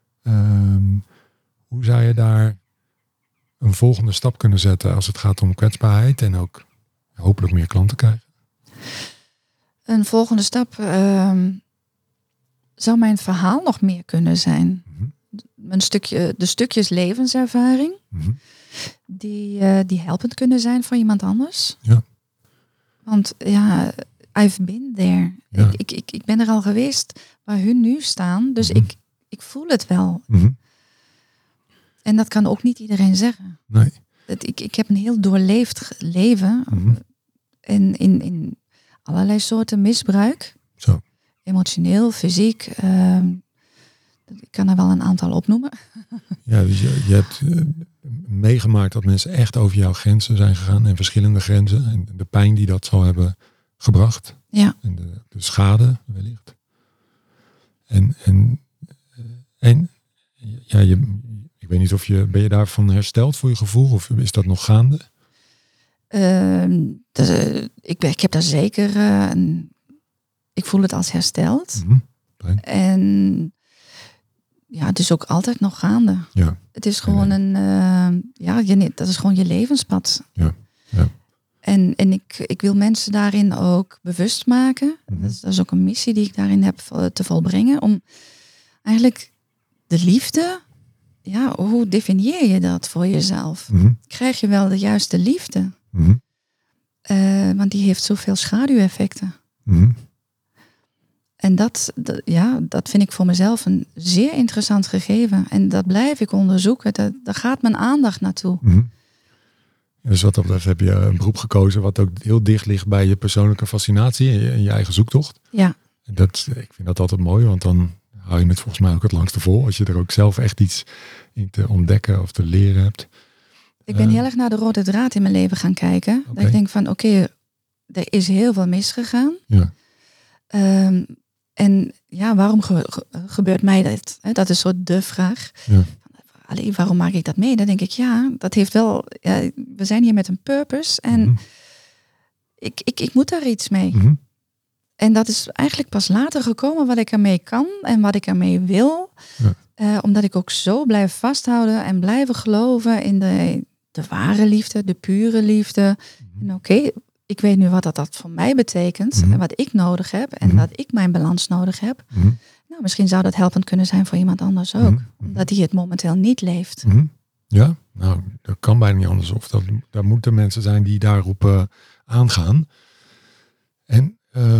Hoe zou je daar een volgende stap kunnen zetten als het gaat om kwetsbaarheid en ook hopelijk meer klanten krijgen? Een volgende stap zou mijn verhaal nog meer kunnen zijn. De stukjes levenservaring die helpend kunnen zijn voor iemand anders. Ja. Want I've been there. Ja. Ik ben er al geweest waar hun nu staan. Dus ik voel het wel. En dat kan ook niet iedereen zeggen. Nee. Ik heb een heel doorleefd leven. In allerlei soorten misbruik. Zo. Emotioneel, fysiek. Ik kan er wel een aantal opnoemen. Ja, dus je hebt meegemaakt dat mensen echt over jouw grenzen zijn gegaan. En verschillende grenzen. En de pijn die dat zal hebben gebracht. Ja. En de schade wellicht. Ik weet niet of ben je daarvan hersteld voor je gevoel? Of is dat nog gaande? Ik heb daar zeker... ik voel het als hersteld. En het is ook altijd nog gaande. Ja. Het is gewoon dat is gewoon je levenspad. Ja. En ik wil mensen daarin ook bewust maken. Dat is ook een missie die ik daarin heb te volbrengen. Om eigenlijk de liefde... Ja, hoe definieer je dat voor jezelf? Krijg je wel de juiste liefde? Want die heeft zoveel schaduweffecten. En dat vind ik voor mezelf een zeer interessant gegeven. En dat blijf ik onderzoeken. Daar gaat mijn aandacht naartoe. Dus wat dat betreft heb je een beroep gekozen wat ook heel dicht ligt bij je persoonlijke fascinatie en je eigen zoektocht. Ja. Ik vind dat altijd mooi, want dan hou je het volgens mij ook het langste vol. Als je er ook zelf echt iets in te ontdekken of te leren hebt. Ik ben heel erg naar de rode draad in mijn leven gaan kijken. Okay. Dat ik denk van er is heel veel misgegaan. Ja. En waarom gebeurt mij dat? Dat is soort de vraag. Ja. Allee, waarom maak ik dat mee? Dan denk ik, dat heeft wel... we zijn hier met een purpose. En ik moet daar iets mee. En dat is eigenlijk pas later gekomen wat ik ermee kan en wat ik ermee wil. Ja. Omdat ik ook zo blijf vasthouden en blijven geloven in de ware liefde, de pure liefde. En ik weet nu wat dat voor mij betekent en wat ik nodig heb en dat ik mijn balans nodig heb. Nou, misschien zou dat helpend kunnen zijn voor iemand anders ook. Omdat die het momenteel niet leeft. Ja, nou, dat kan bijna niet anders. Of daar moeten mensen zijn die daarop aangaan. En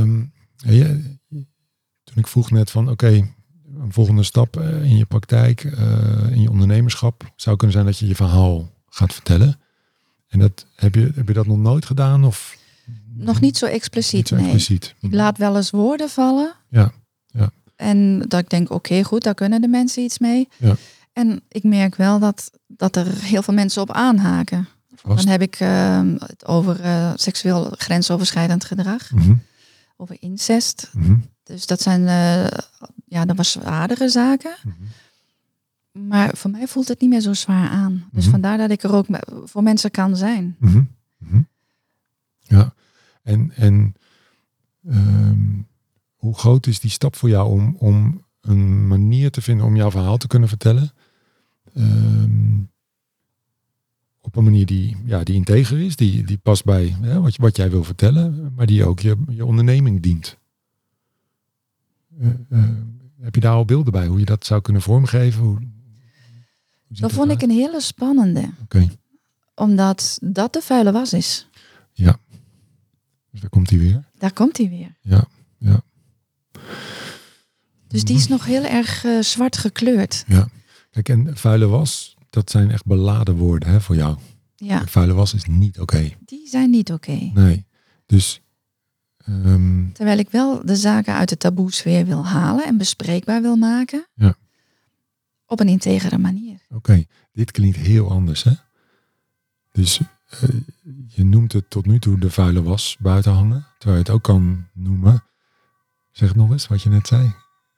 toen ik vroeg net van een volgende stap in je praktijk, in je ondernemerschap, zou kunnen zijn dat je je verhaal gaat vertellen. En heb je dat nog nooit gedaan? Of? Nog niet zo expliciet, niet zo expliciet. Nee. Ik laat wel eens woorden vallen. Ja. En dat ik denk, goed, daar kunnen de mensen iets mee. Ja. En ik merk wel dat er heel veel mensen op aanhaken. Vast. Dan heb ik het over seksueel grensoverschrijdend gedrag. Over incest. Dus dat zijn dat was zwaardere zaken. Maar voor mij voelt het niet meer zo zwaar aan. Dus vandaar dat ik er ook voor mensen kan zijn. Ja, en hoe groot is die stap voor jou om een manier te vinden om jouw verhaal te kunnen vertellen? Op een manier die integer is, die past bij wat jij wil vertellen, maar die ook je onderneming dient. Heb je daar al beelden bij, hoe je dat zou kunnen vormgeven? Dat vond ik een hele spannende. Okay. Omdat dat de vuile was is. Ja. Dus daar komt hij weer. Daar komt hij weer. Ja. Dus die is nog heel erg zwart gekleurd. Ja. Kijk, en vuile was, dat zijn echt beladen woorden voor jou. Ja. En vuile was is niet oké. Die zijn niet oké. Nee. Dus... Terwijl ik wel de zaken uit de taboesfeer wil halen en bespreekbaar wil maken. Ja. Op een integere manier. Oké. Dit klinkt heel anders, hè? Dus je noemt het tot nu toe de vuile was buiten hangen. Terwijl je het ook kan noemen. Zeg het nog eens wat je net zei.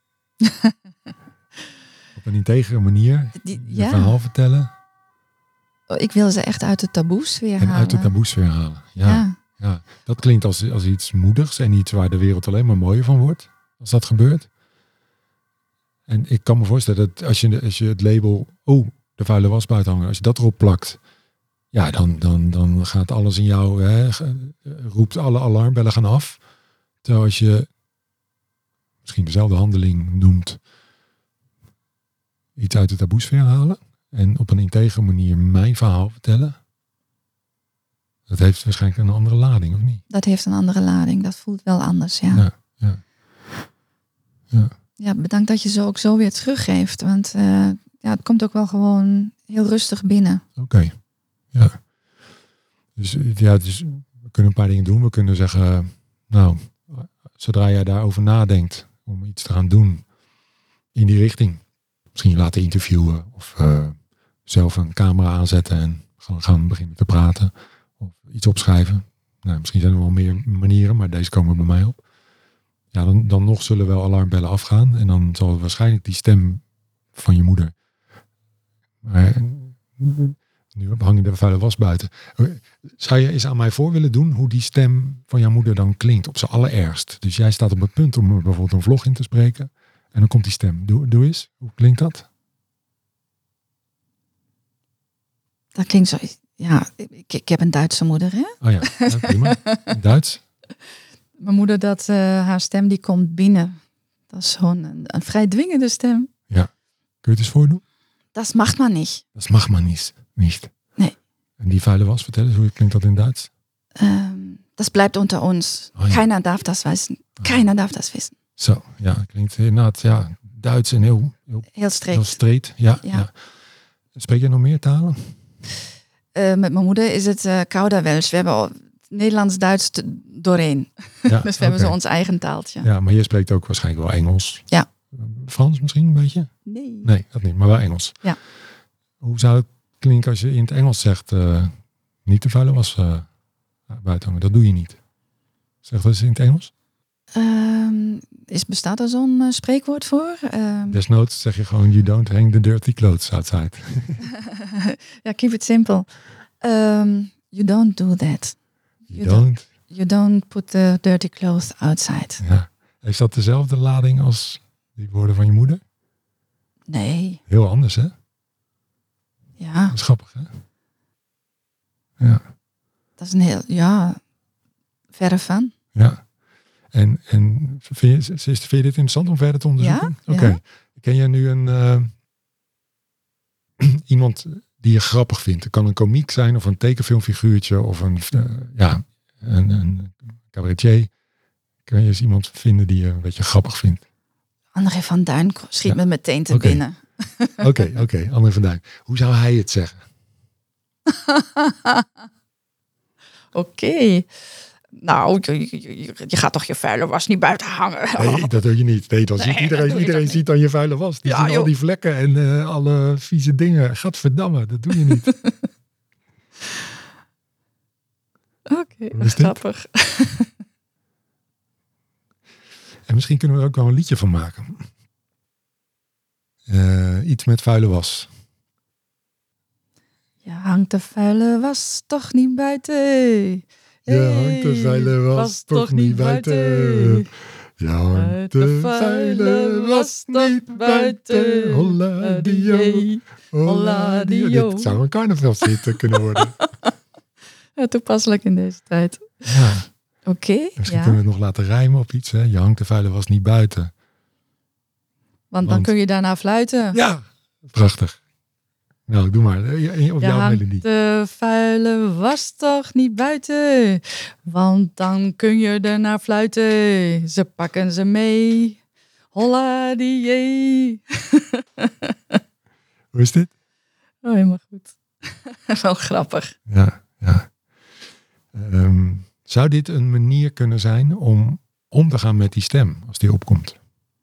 Op een integere manier je verhaal vertellen. Ik wil ze echt uit de taboesfeer halen. En uit de taboesfeer halen. Ja. Dat klinkt als iets moedigs en iets waar de wereld alleen maar mooier van wordt. Als dat gebeurt. En ik kan me voorstellen dat als je het label, de vuile was buiten hangen, als je dat erop plakt, ja, dan gaat alles in jou, roept alle alarmbellen gaan af. Terwijl als je misschien dezelfde handeling noemt, iets uit de taboesfeer halen en op een integere manier mijn verhaal vertellen, dat heeft waarschijnlijk een andere lading, of niet? Dat heeft een andere lading. Dat voelt wel anders, ja. Ja, bedankt dat je ze ook zo weer teruggeeft. Want het komt ook wel gewoon heel rustig binnen. Oké. Ja. Dus we kunnen een paar dingen doen. We kunnen zeggen, nou, zodra jij daarover nadenkt om iets te gaan doen in die richting. Misschien je laten interviewen of zelf een camera aanzetten en gewoon gaan beginnen te praten. Of iets opschrijven. Nou, misschien zijn er wel meer manieren, maar deze komen bij mij op. Ja, dan nog zullen wel alarmbellen afgaan. En dan zal waarschijnlijk die stem van je moeder. Maar nu hang je de vuile was buiten. Zou je eens aan mij voor willen doen hoe die stem van jouw moeder dan klinkt op zijn allerergst? Dus jij staat op het punt om bijvoorbeeld een vlog in te spreken. En dan komt die stem. Doe eens. Hoe klinkt dat? Dat klinkt zo... Ja, ik heb een Duitse moeder, hè? Oh ja, prima. Duits? Mijn moeder, haar stem die komt binnen. Dat is gewoon een vrij dwingende stem. Ja. Kun je het eens voordoen? Dat mag man niet. Dat mag man niet. Nee. En die vuile was, vertel eens, hoe klinkt dat in Duits? Dat blijft onder ons. Oh, ja. Keiner darf das wissen. Keiner darf das wissen. Zo, ja, klinkt inderdaad, Duits en heel strikt. Heel straight, ja. Spreek je nog meer talen? Met mijn moeder is het Kauderwelsch. We hebben al Nederlands-Duits doorheen. Ja, dus we hebben zo ons eigen taaltje. Ja, maar je spreekt ook waarschijnlijk wel Engels. Ja. Frans misschien een beetje? Nee, dat niet, maar wel Engels. Ja. Hoe zou het klinken als je in het Engels zegt, niet de vuile was buiten hangen? Dat doe je niet. Zeg dat eens in het Engels? Bestaat er zo'n spreekwoord voor? Desnoods zeg je gewoon, you don't hang the dirty clothes outside. Ja, keep it simple. You don't do that. You don't put the dirty clothes outside. Ja. Heeft dat dezelfde lading als die woorden van je moeder? Nee. Heel anders, hè? Ja. Dat is grappig, hè? Ja. Dat is een heel, verre van. Ja. En vind je dit interessant om verder te onderzoeken? Ja. Oké. Ken jij nu iemand die je grappig vindt? Het kan een komiek zijn of een tekenfilmfiguurtje of een cabaretier. Kan je eens iemand vinden die je een beetje grappig vindt? André van Duin schiet me meteen te binnen. Oké. André van Duin. Hoe zou hij het zeggen? Oké. Nou, je gaat toch je vuile was niet buiten hangen? Nee, dat doe je niet. Nee, dan ziet iedereen ziet dan je vuile was. Die zien al die vlekken en alle vieze dingen. Gadverdamme, dat doe je niet. Oké, wat grappig. En misschien kunnen we er ook wel een liedje van maken. Iets met vuile was. Je hangt de vuile was toch niet buiten. Je hangt de vuile was toch niet buiten. Je hangt de vuile was niet buiten. Holla-dio. Holla-dio. Dit zou een carnavalshit kunnen worden. Toepasselijk in deze tijd. Ja. Oké. Misschien kunnen we het nog laten rijmen op iets. Hè? Je hangt de vuile was niet buiten. Want dan kun je daarna fluiten. Ja, prachtig. Nou, doe maar. Op jouw melodie. De vuile was toch niet buiten. Want dan kun je ernaar fluiten. Ze pakken ze mee. Holla die jee. Hoe is dit? Oh, helemaal goed. Wel grappig. Ja. Zou dit een manier kunnen zijn om te gaan met die stem als die opkomt?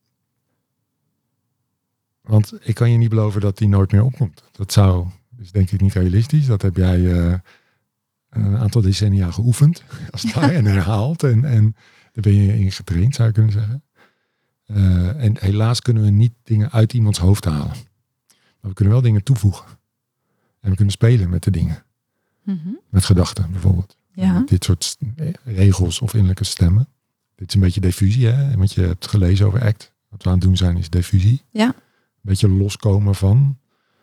Want ik kan je niet beloven dat die nooit meer opkomt. Dat is denk ik niet realistisch. Dat heb jij een aantal decennia geoefend. Als het ware, en herhaald. En daar ben je in getraind, zou je kunnen zeggen. En helaas kunnen we niet dingen uit iemands hoofd halen. Maar we kunnen wel dingen toevoegen. En we kunnen spelen met de dingen. Mm-hmm. Met gedachten bijvoorbeeld. Ja. Met dit soort regels of innerlijke stemmen. Dit is een beetje diffusie, hè? Want je hebt gelezen over ACT. Wat we aan het doen zijn is diffusie. Ja. Een beetje loskomen van.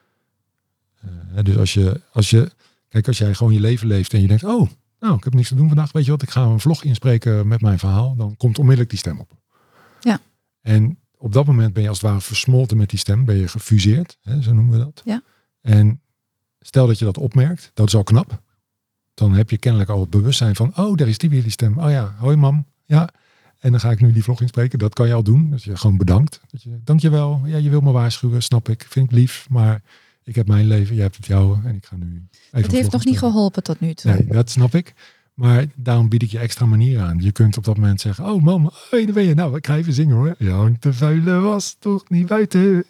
Dus als jij gewoon je leven leeft en je denkt, oh, nou, ik heb niks te doen vandaag. Weet je wat, ik ga een vlog inspreken met mijn verhaal. Dan komt onmiddellijk die stem op. Ja. En op dat moment ben je als het ware versmolten met die stem. Ben je gefuseerd, hè, zo noemen we dat. Ja. En stel dat je dat opmerkt, dat is al knap. Dan heb je kennelijk al het bewustzijn van, oh, daar is die weer die stem. Oh ja, hoi mam. Ja. En dan ga ik nu die vlog inspreken. Dat kan je al doen. Dus je gewoon bedankt. Dankjewel. Ja, je wil me waarschuwen, snap ik. Vind ik lief. Maar ik heb mijn leven, jij hebt het jouwe. En ik ga nu even. Het heeft nog niet geholpen tot nu toe. Nee, dat snap ik. Maar daarom bied ik je extra manieren aan. Je kunt op dat moment zeggen, oh mam, hey, daar ben je. Nou, ik ga even zingen hoor. Ja, de vuile was toch niet buiten.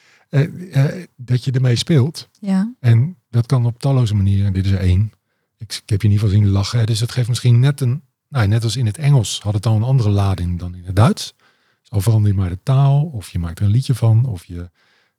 Dat je ermee speelt. Ja. En dat kan op talloze manieren. Dit is er één. Ik heb je in ieder geval zien lachen. Dus het geeft misschien net als in het Engels had het al een andere lading dan in het Duits. Dus al verander je maar de taal. Of je maakt er een liedje van. Of je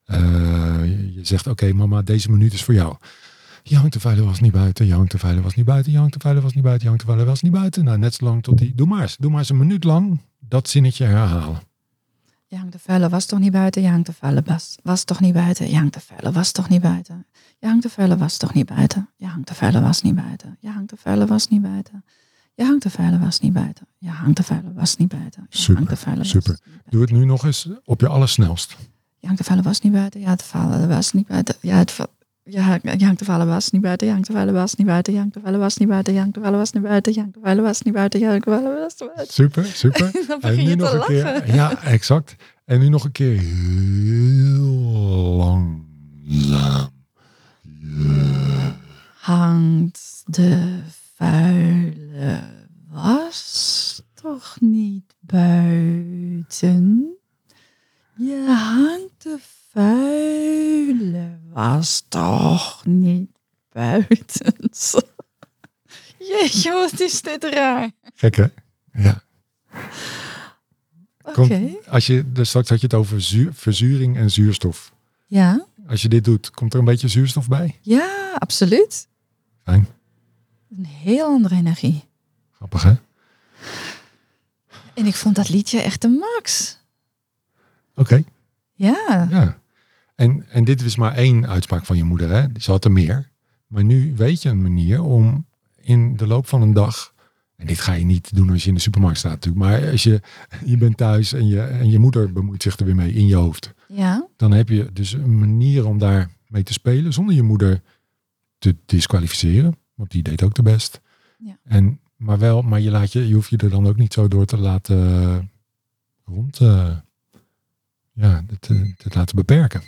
zegt, oké, mama, deze minuut is voor jou. Je hangt de vuile was niet buiten. Je hangt de vuile was niet buiten. Je hangt de vuile was niet buiten. Je hangt de vuile was niet buiten. Nou, net zo lang tot die. Doe maar eens een minuut lang dat zinnetje herhalen. Je hangt de vuile was toch niet buiten. Je hangt de vuile was toch niet buiten. Je hangt de vuile was toch niet buiten. Je hangt de vuile was toch niet buiten. Je hangt de vuile was niet buiten. Je hangt de vuile was niet buiten. Je hangt de vuile was niet buiten. Je hangt de vuile was niet buiten. Super. Doe het nu nog eens op je allersnelst. Je hangt de vuile was niet buiten. Ja, de vuile was niet buiten. Ja, je hangt de vuile was niet buiten. Je hangt de vuile was niet buiten. Je hangt de vuile was niet buiten. Je hangt de vuile was niet buiten. Je hangt de vuile was niet buiten. Je hangt de vuile was niet buiten. Super. Dan begin je te lachen. Keer, ja, exact. En nu nog een keer heel langzaam. Hangt de vuile was toch niet buiten? Je hangt de vuile was toch niet buiten? Jeetje, wat is dit raar. Gek hè? Ja. Oké. Straks had je het over verzuring en zuurstof. Ja. Als je dit doet, komt er een beetje zuurstof bij? Ja, absoluut. Fijn. Een heel andere energie. Grappig hè? En ik vond dat liedje echt de max. Oké. Ja. En dit is maar één uitspraak van je moeder hè? Ze had er meer. Maar nu weet je een manier om in de loop van een dag. En dit ga je niet doen als je in de supermarkt staat natuurlijk. Maar als je bent thuis en je moeder bemoeit zich er weer mee in je hoofd. Ja. Dan heb je dus een manier om daar mee te spelen. Zonder je moeder te disqualificeren. Want die deed ook de best. Ja. Maar je hoeft je er dan ook niet zo door te laten te laten beperken.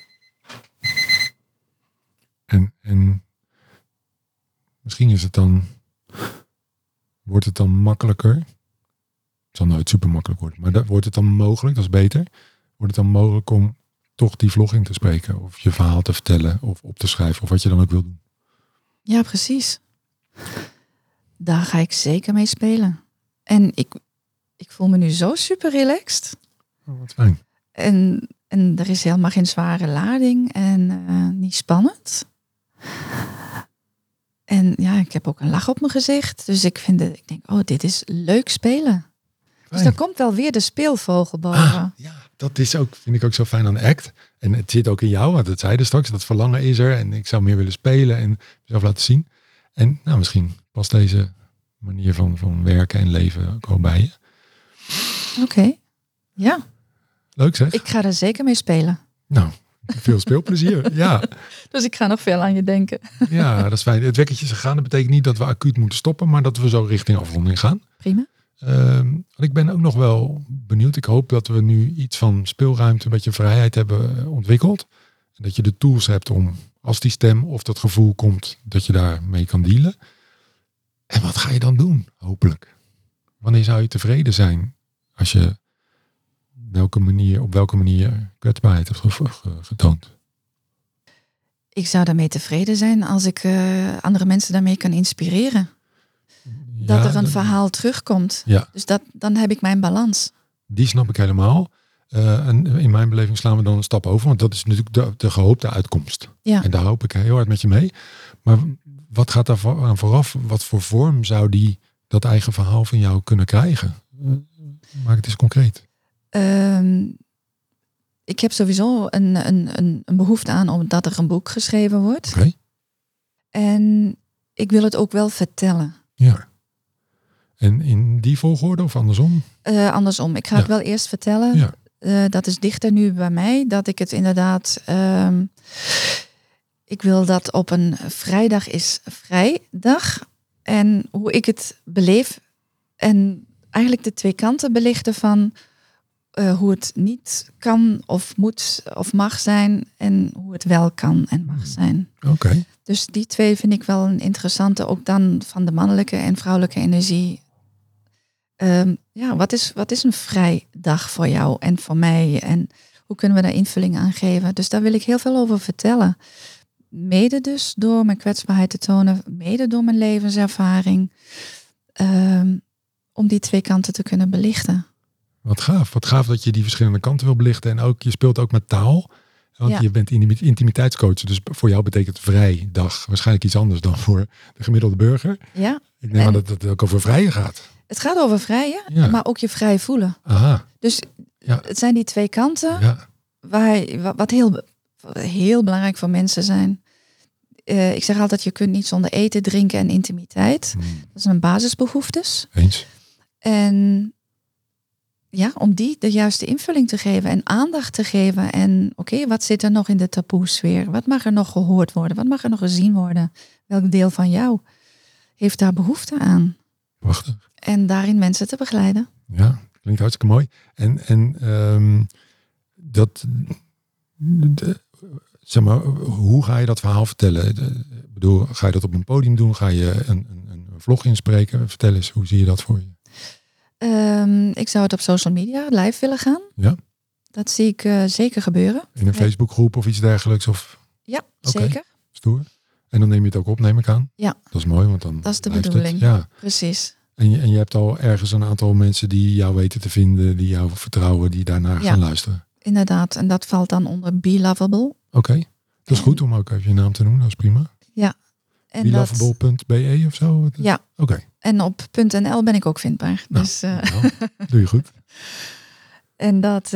En misschien wordt het dan makkelijker. Het zal nooit super makkelijk worden. Maar wordt het dan mogelijk, dat is beter. Wordt het dan mogelijk om toch die vlog in te spreken. Of je verhaal te vertellen. Of op te schrijven. Of wat je dan ook wil doen. Ja, precies. Daar ga ik zeker mee spelen. En ik voel me nu zo super relaxed. Oh, wat fijn. En er is helemaal geen zware lading. En niet spannend. En ja, ik heb ook een lach op mijn gezicht. Dus ik denk, oh, dit is leuk spelen. Fijn. Dus dan komt wel weer de speelvogel boven. Ja, dat is ook, vind ik ook zo fijn aan ACT. En het zit ook in jou, want het zei er straks. Dat verlangen is er. En ik zou meer willen spelen en mezelf laten zien. En nou, misschien past deze manier van werken en leven ook wel bij je. Oké. Ja. Leuk zeg. Ik ga er zeker mee spelen. Nou, veel speelplezier. Ja. Dus ik ga nog veel aan je denken. Ja, dat is fijn. Het wekkertje is gegaan. Dat betekent niet dat we acuut moeten stoppen, maar dat we zo richting afronding gaan. Prima. Ik ben ook nog wel benieuwd. Ik hoop dat we nu iets van speelruimte, een beetje vrijheid hebben ontwikkeld. En dat je de tools hebt om, als die stem of dat gevoel komt, dat je daarmee kan dealen. En wat ga je dan doen, hopelijk? Wanneer zou je tevreden zijn als je op welke manier kwetsbaarheid hebt getoond? Ik zou daarmee tevreden zijn als ik andere mensen daarmee kan inspireren. dat er een verhaal terugkomt. Ja. Dus dan heb ik mijn balans. Die snap ik helemaal. En in mijn beleving slaan we dan een stap over. Want dat is natuurlijk de gehoopte uitkomst. Ja. En daar hoop ik heel hard met je mee. Maar wat gaat daar aan vooraf? Wat voor vorm zou dat eigen verhaal van jou kunnen krijgen? Maak het eens concreet. Ik heb sowieso een behoefte aan omdat er een boek geschreven wordt. Oké. En ik wil het ook wel vertellen. Ja. En in die volgorde of andersom? Andersom. Ik ga het wel eerst vertellen. Ja. Dat is dichter nu bij mij. Dat ik het inderdaad... ik wil dat op een vrijdag is vrijdag. En hoe ik het beleef. En eigenlijk de twee kanten belichten van... hoe het niet kan of moet of mag zijn. En hoe het wel kan en mag zijn. Oké. Dus die twee vind ik wel een interessante. Ook dan van de mannelijke en vrouwelijke energie. Wat is een vrijdag voor jou en voor mij? En hoe kunnen we daar invulling aan geven? Dus daar wil ik heel veel over vertellen. Mede dus door mijn kwetsbaarheid te tonen. Mede door mijn levenservaring. Om die twee kanten te kunnen belichten. Wat gaaf. Wat gaaf dat je die verschillende kanten wil belichten. En ook, je speelt ook met taal. Want je bent intimiteitscoach. Dus voor jou betekent vrijdag waarschijnlijk iets anders dan voor de gemiddelde burger. Ja. Ik neem aan dat het ook over vrijen gaat. Het gaat over vrijen, maar ook je vrij voelen. Aha. Dus het zijn die twee kanten wat heel belangrijk voor mensen zijn. Ik zeg altijd, je kunt niet zonder eten, drinken en intimiteit. Dat zijn basisbehoeftes. Eens. En om die de juiste invulling te geven en aandacht te geven. En wat zit er nog in de taboe-sfeer? Wat mag er nog gehoord worden? Wat mag er nog gezien worden? Welk deel van jou heeft daar behoefte aan? Prachtig. En daarin mensen te begeleiden. Ja, klinkt hartstikke mooi. Zeg maar, hoe ga je dat verhaal vertellen? Ik bedoel, ga je dat op een podium doen? Ga je een vlog inspreken? Vertel eens, hoe zie je dat voor je? Ik zou het op social media live willen gaan. Ja. Dat zie ik zeker gebeuren. In een Facebookgroep of iets dergelijks? Of... Ja, zeker. Stoer. En dan neem je het ook op, neem ik aan? Ja. Dat is mooi, want dan dat is de bedoeling. Ja. Precies. En je hebt al ergens een aantal mensen die jou weten te vinden, die jou vertrouwen, die daarnaar gaan luisteren. Inderdaad. En dat valt dan onder Be Lovable. Oké. Dat is goed om ook even je naam te noemen. Dat is prima. Ja. BeLovable.be of zo? Ja. Oké. En op .nl ben ik ook vindbaar. Nou, dus, doe je goed. En dat,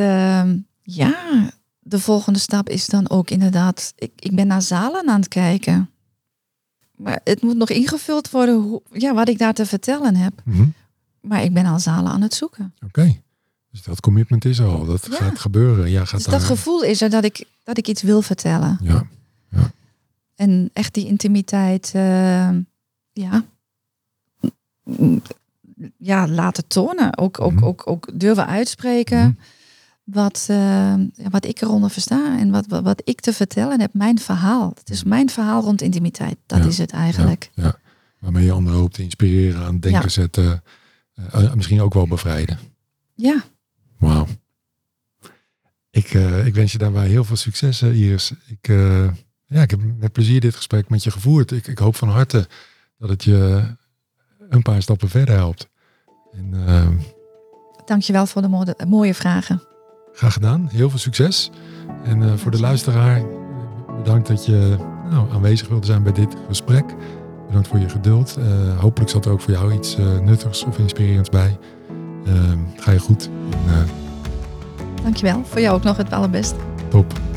de volgende stap is dan ook inderdaad... Ik ben naar zalen aan het kijken. Maar het moet nog ingevuld worden wat ik daar te vertellen heb. Mm-hmm. Maar ik ben al zalen aan het zoeken. Oké. Dus dat commitment is er al. Dat gaat gebeuren. Ja, gaat dus dat gevoel is er dat ik iets wil vertellen. Ja. En echt die intimiteit... laten tonen. Ook durven uitspreken. Wat ik eronder versta. En wat ik te vertellen heb. Mijn verhaal. Het is mijn verhaal rond intimiteit. Dat is het eigenlijk. Ja. Waarmee je anderen hoopt te inspireren, aan het denken zetten. Misschien ook wel bevrijden. Ja. Wauw. Ik wens je daarbij heel veel succes, Iris. Ik heb met plezier dit gesprek met je gevoerd. Ik hoop van harte dat het je een paar stappen verder helpt. Dankjewel voor de mooie vragen. Graag gedaan. Heel veel succes. En voor de luisteraar, bedankt dat je aanwezig wilde zijn bij dit gesprek. Bedankt voor je geduld. Hopelijk zat er ook voor jou iets nuttigs of inspirerends bij. Ga je goed. Dankjewel. Voor jou ook nog het allerbeste. Top.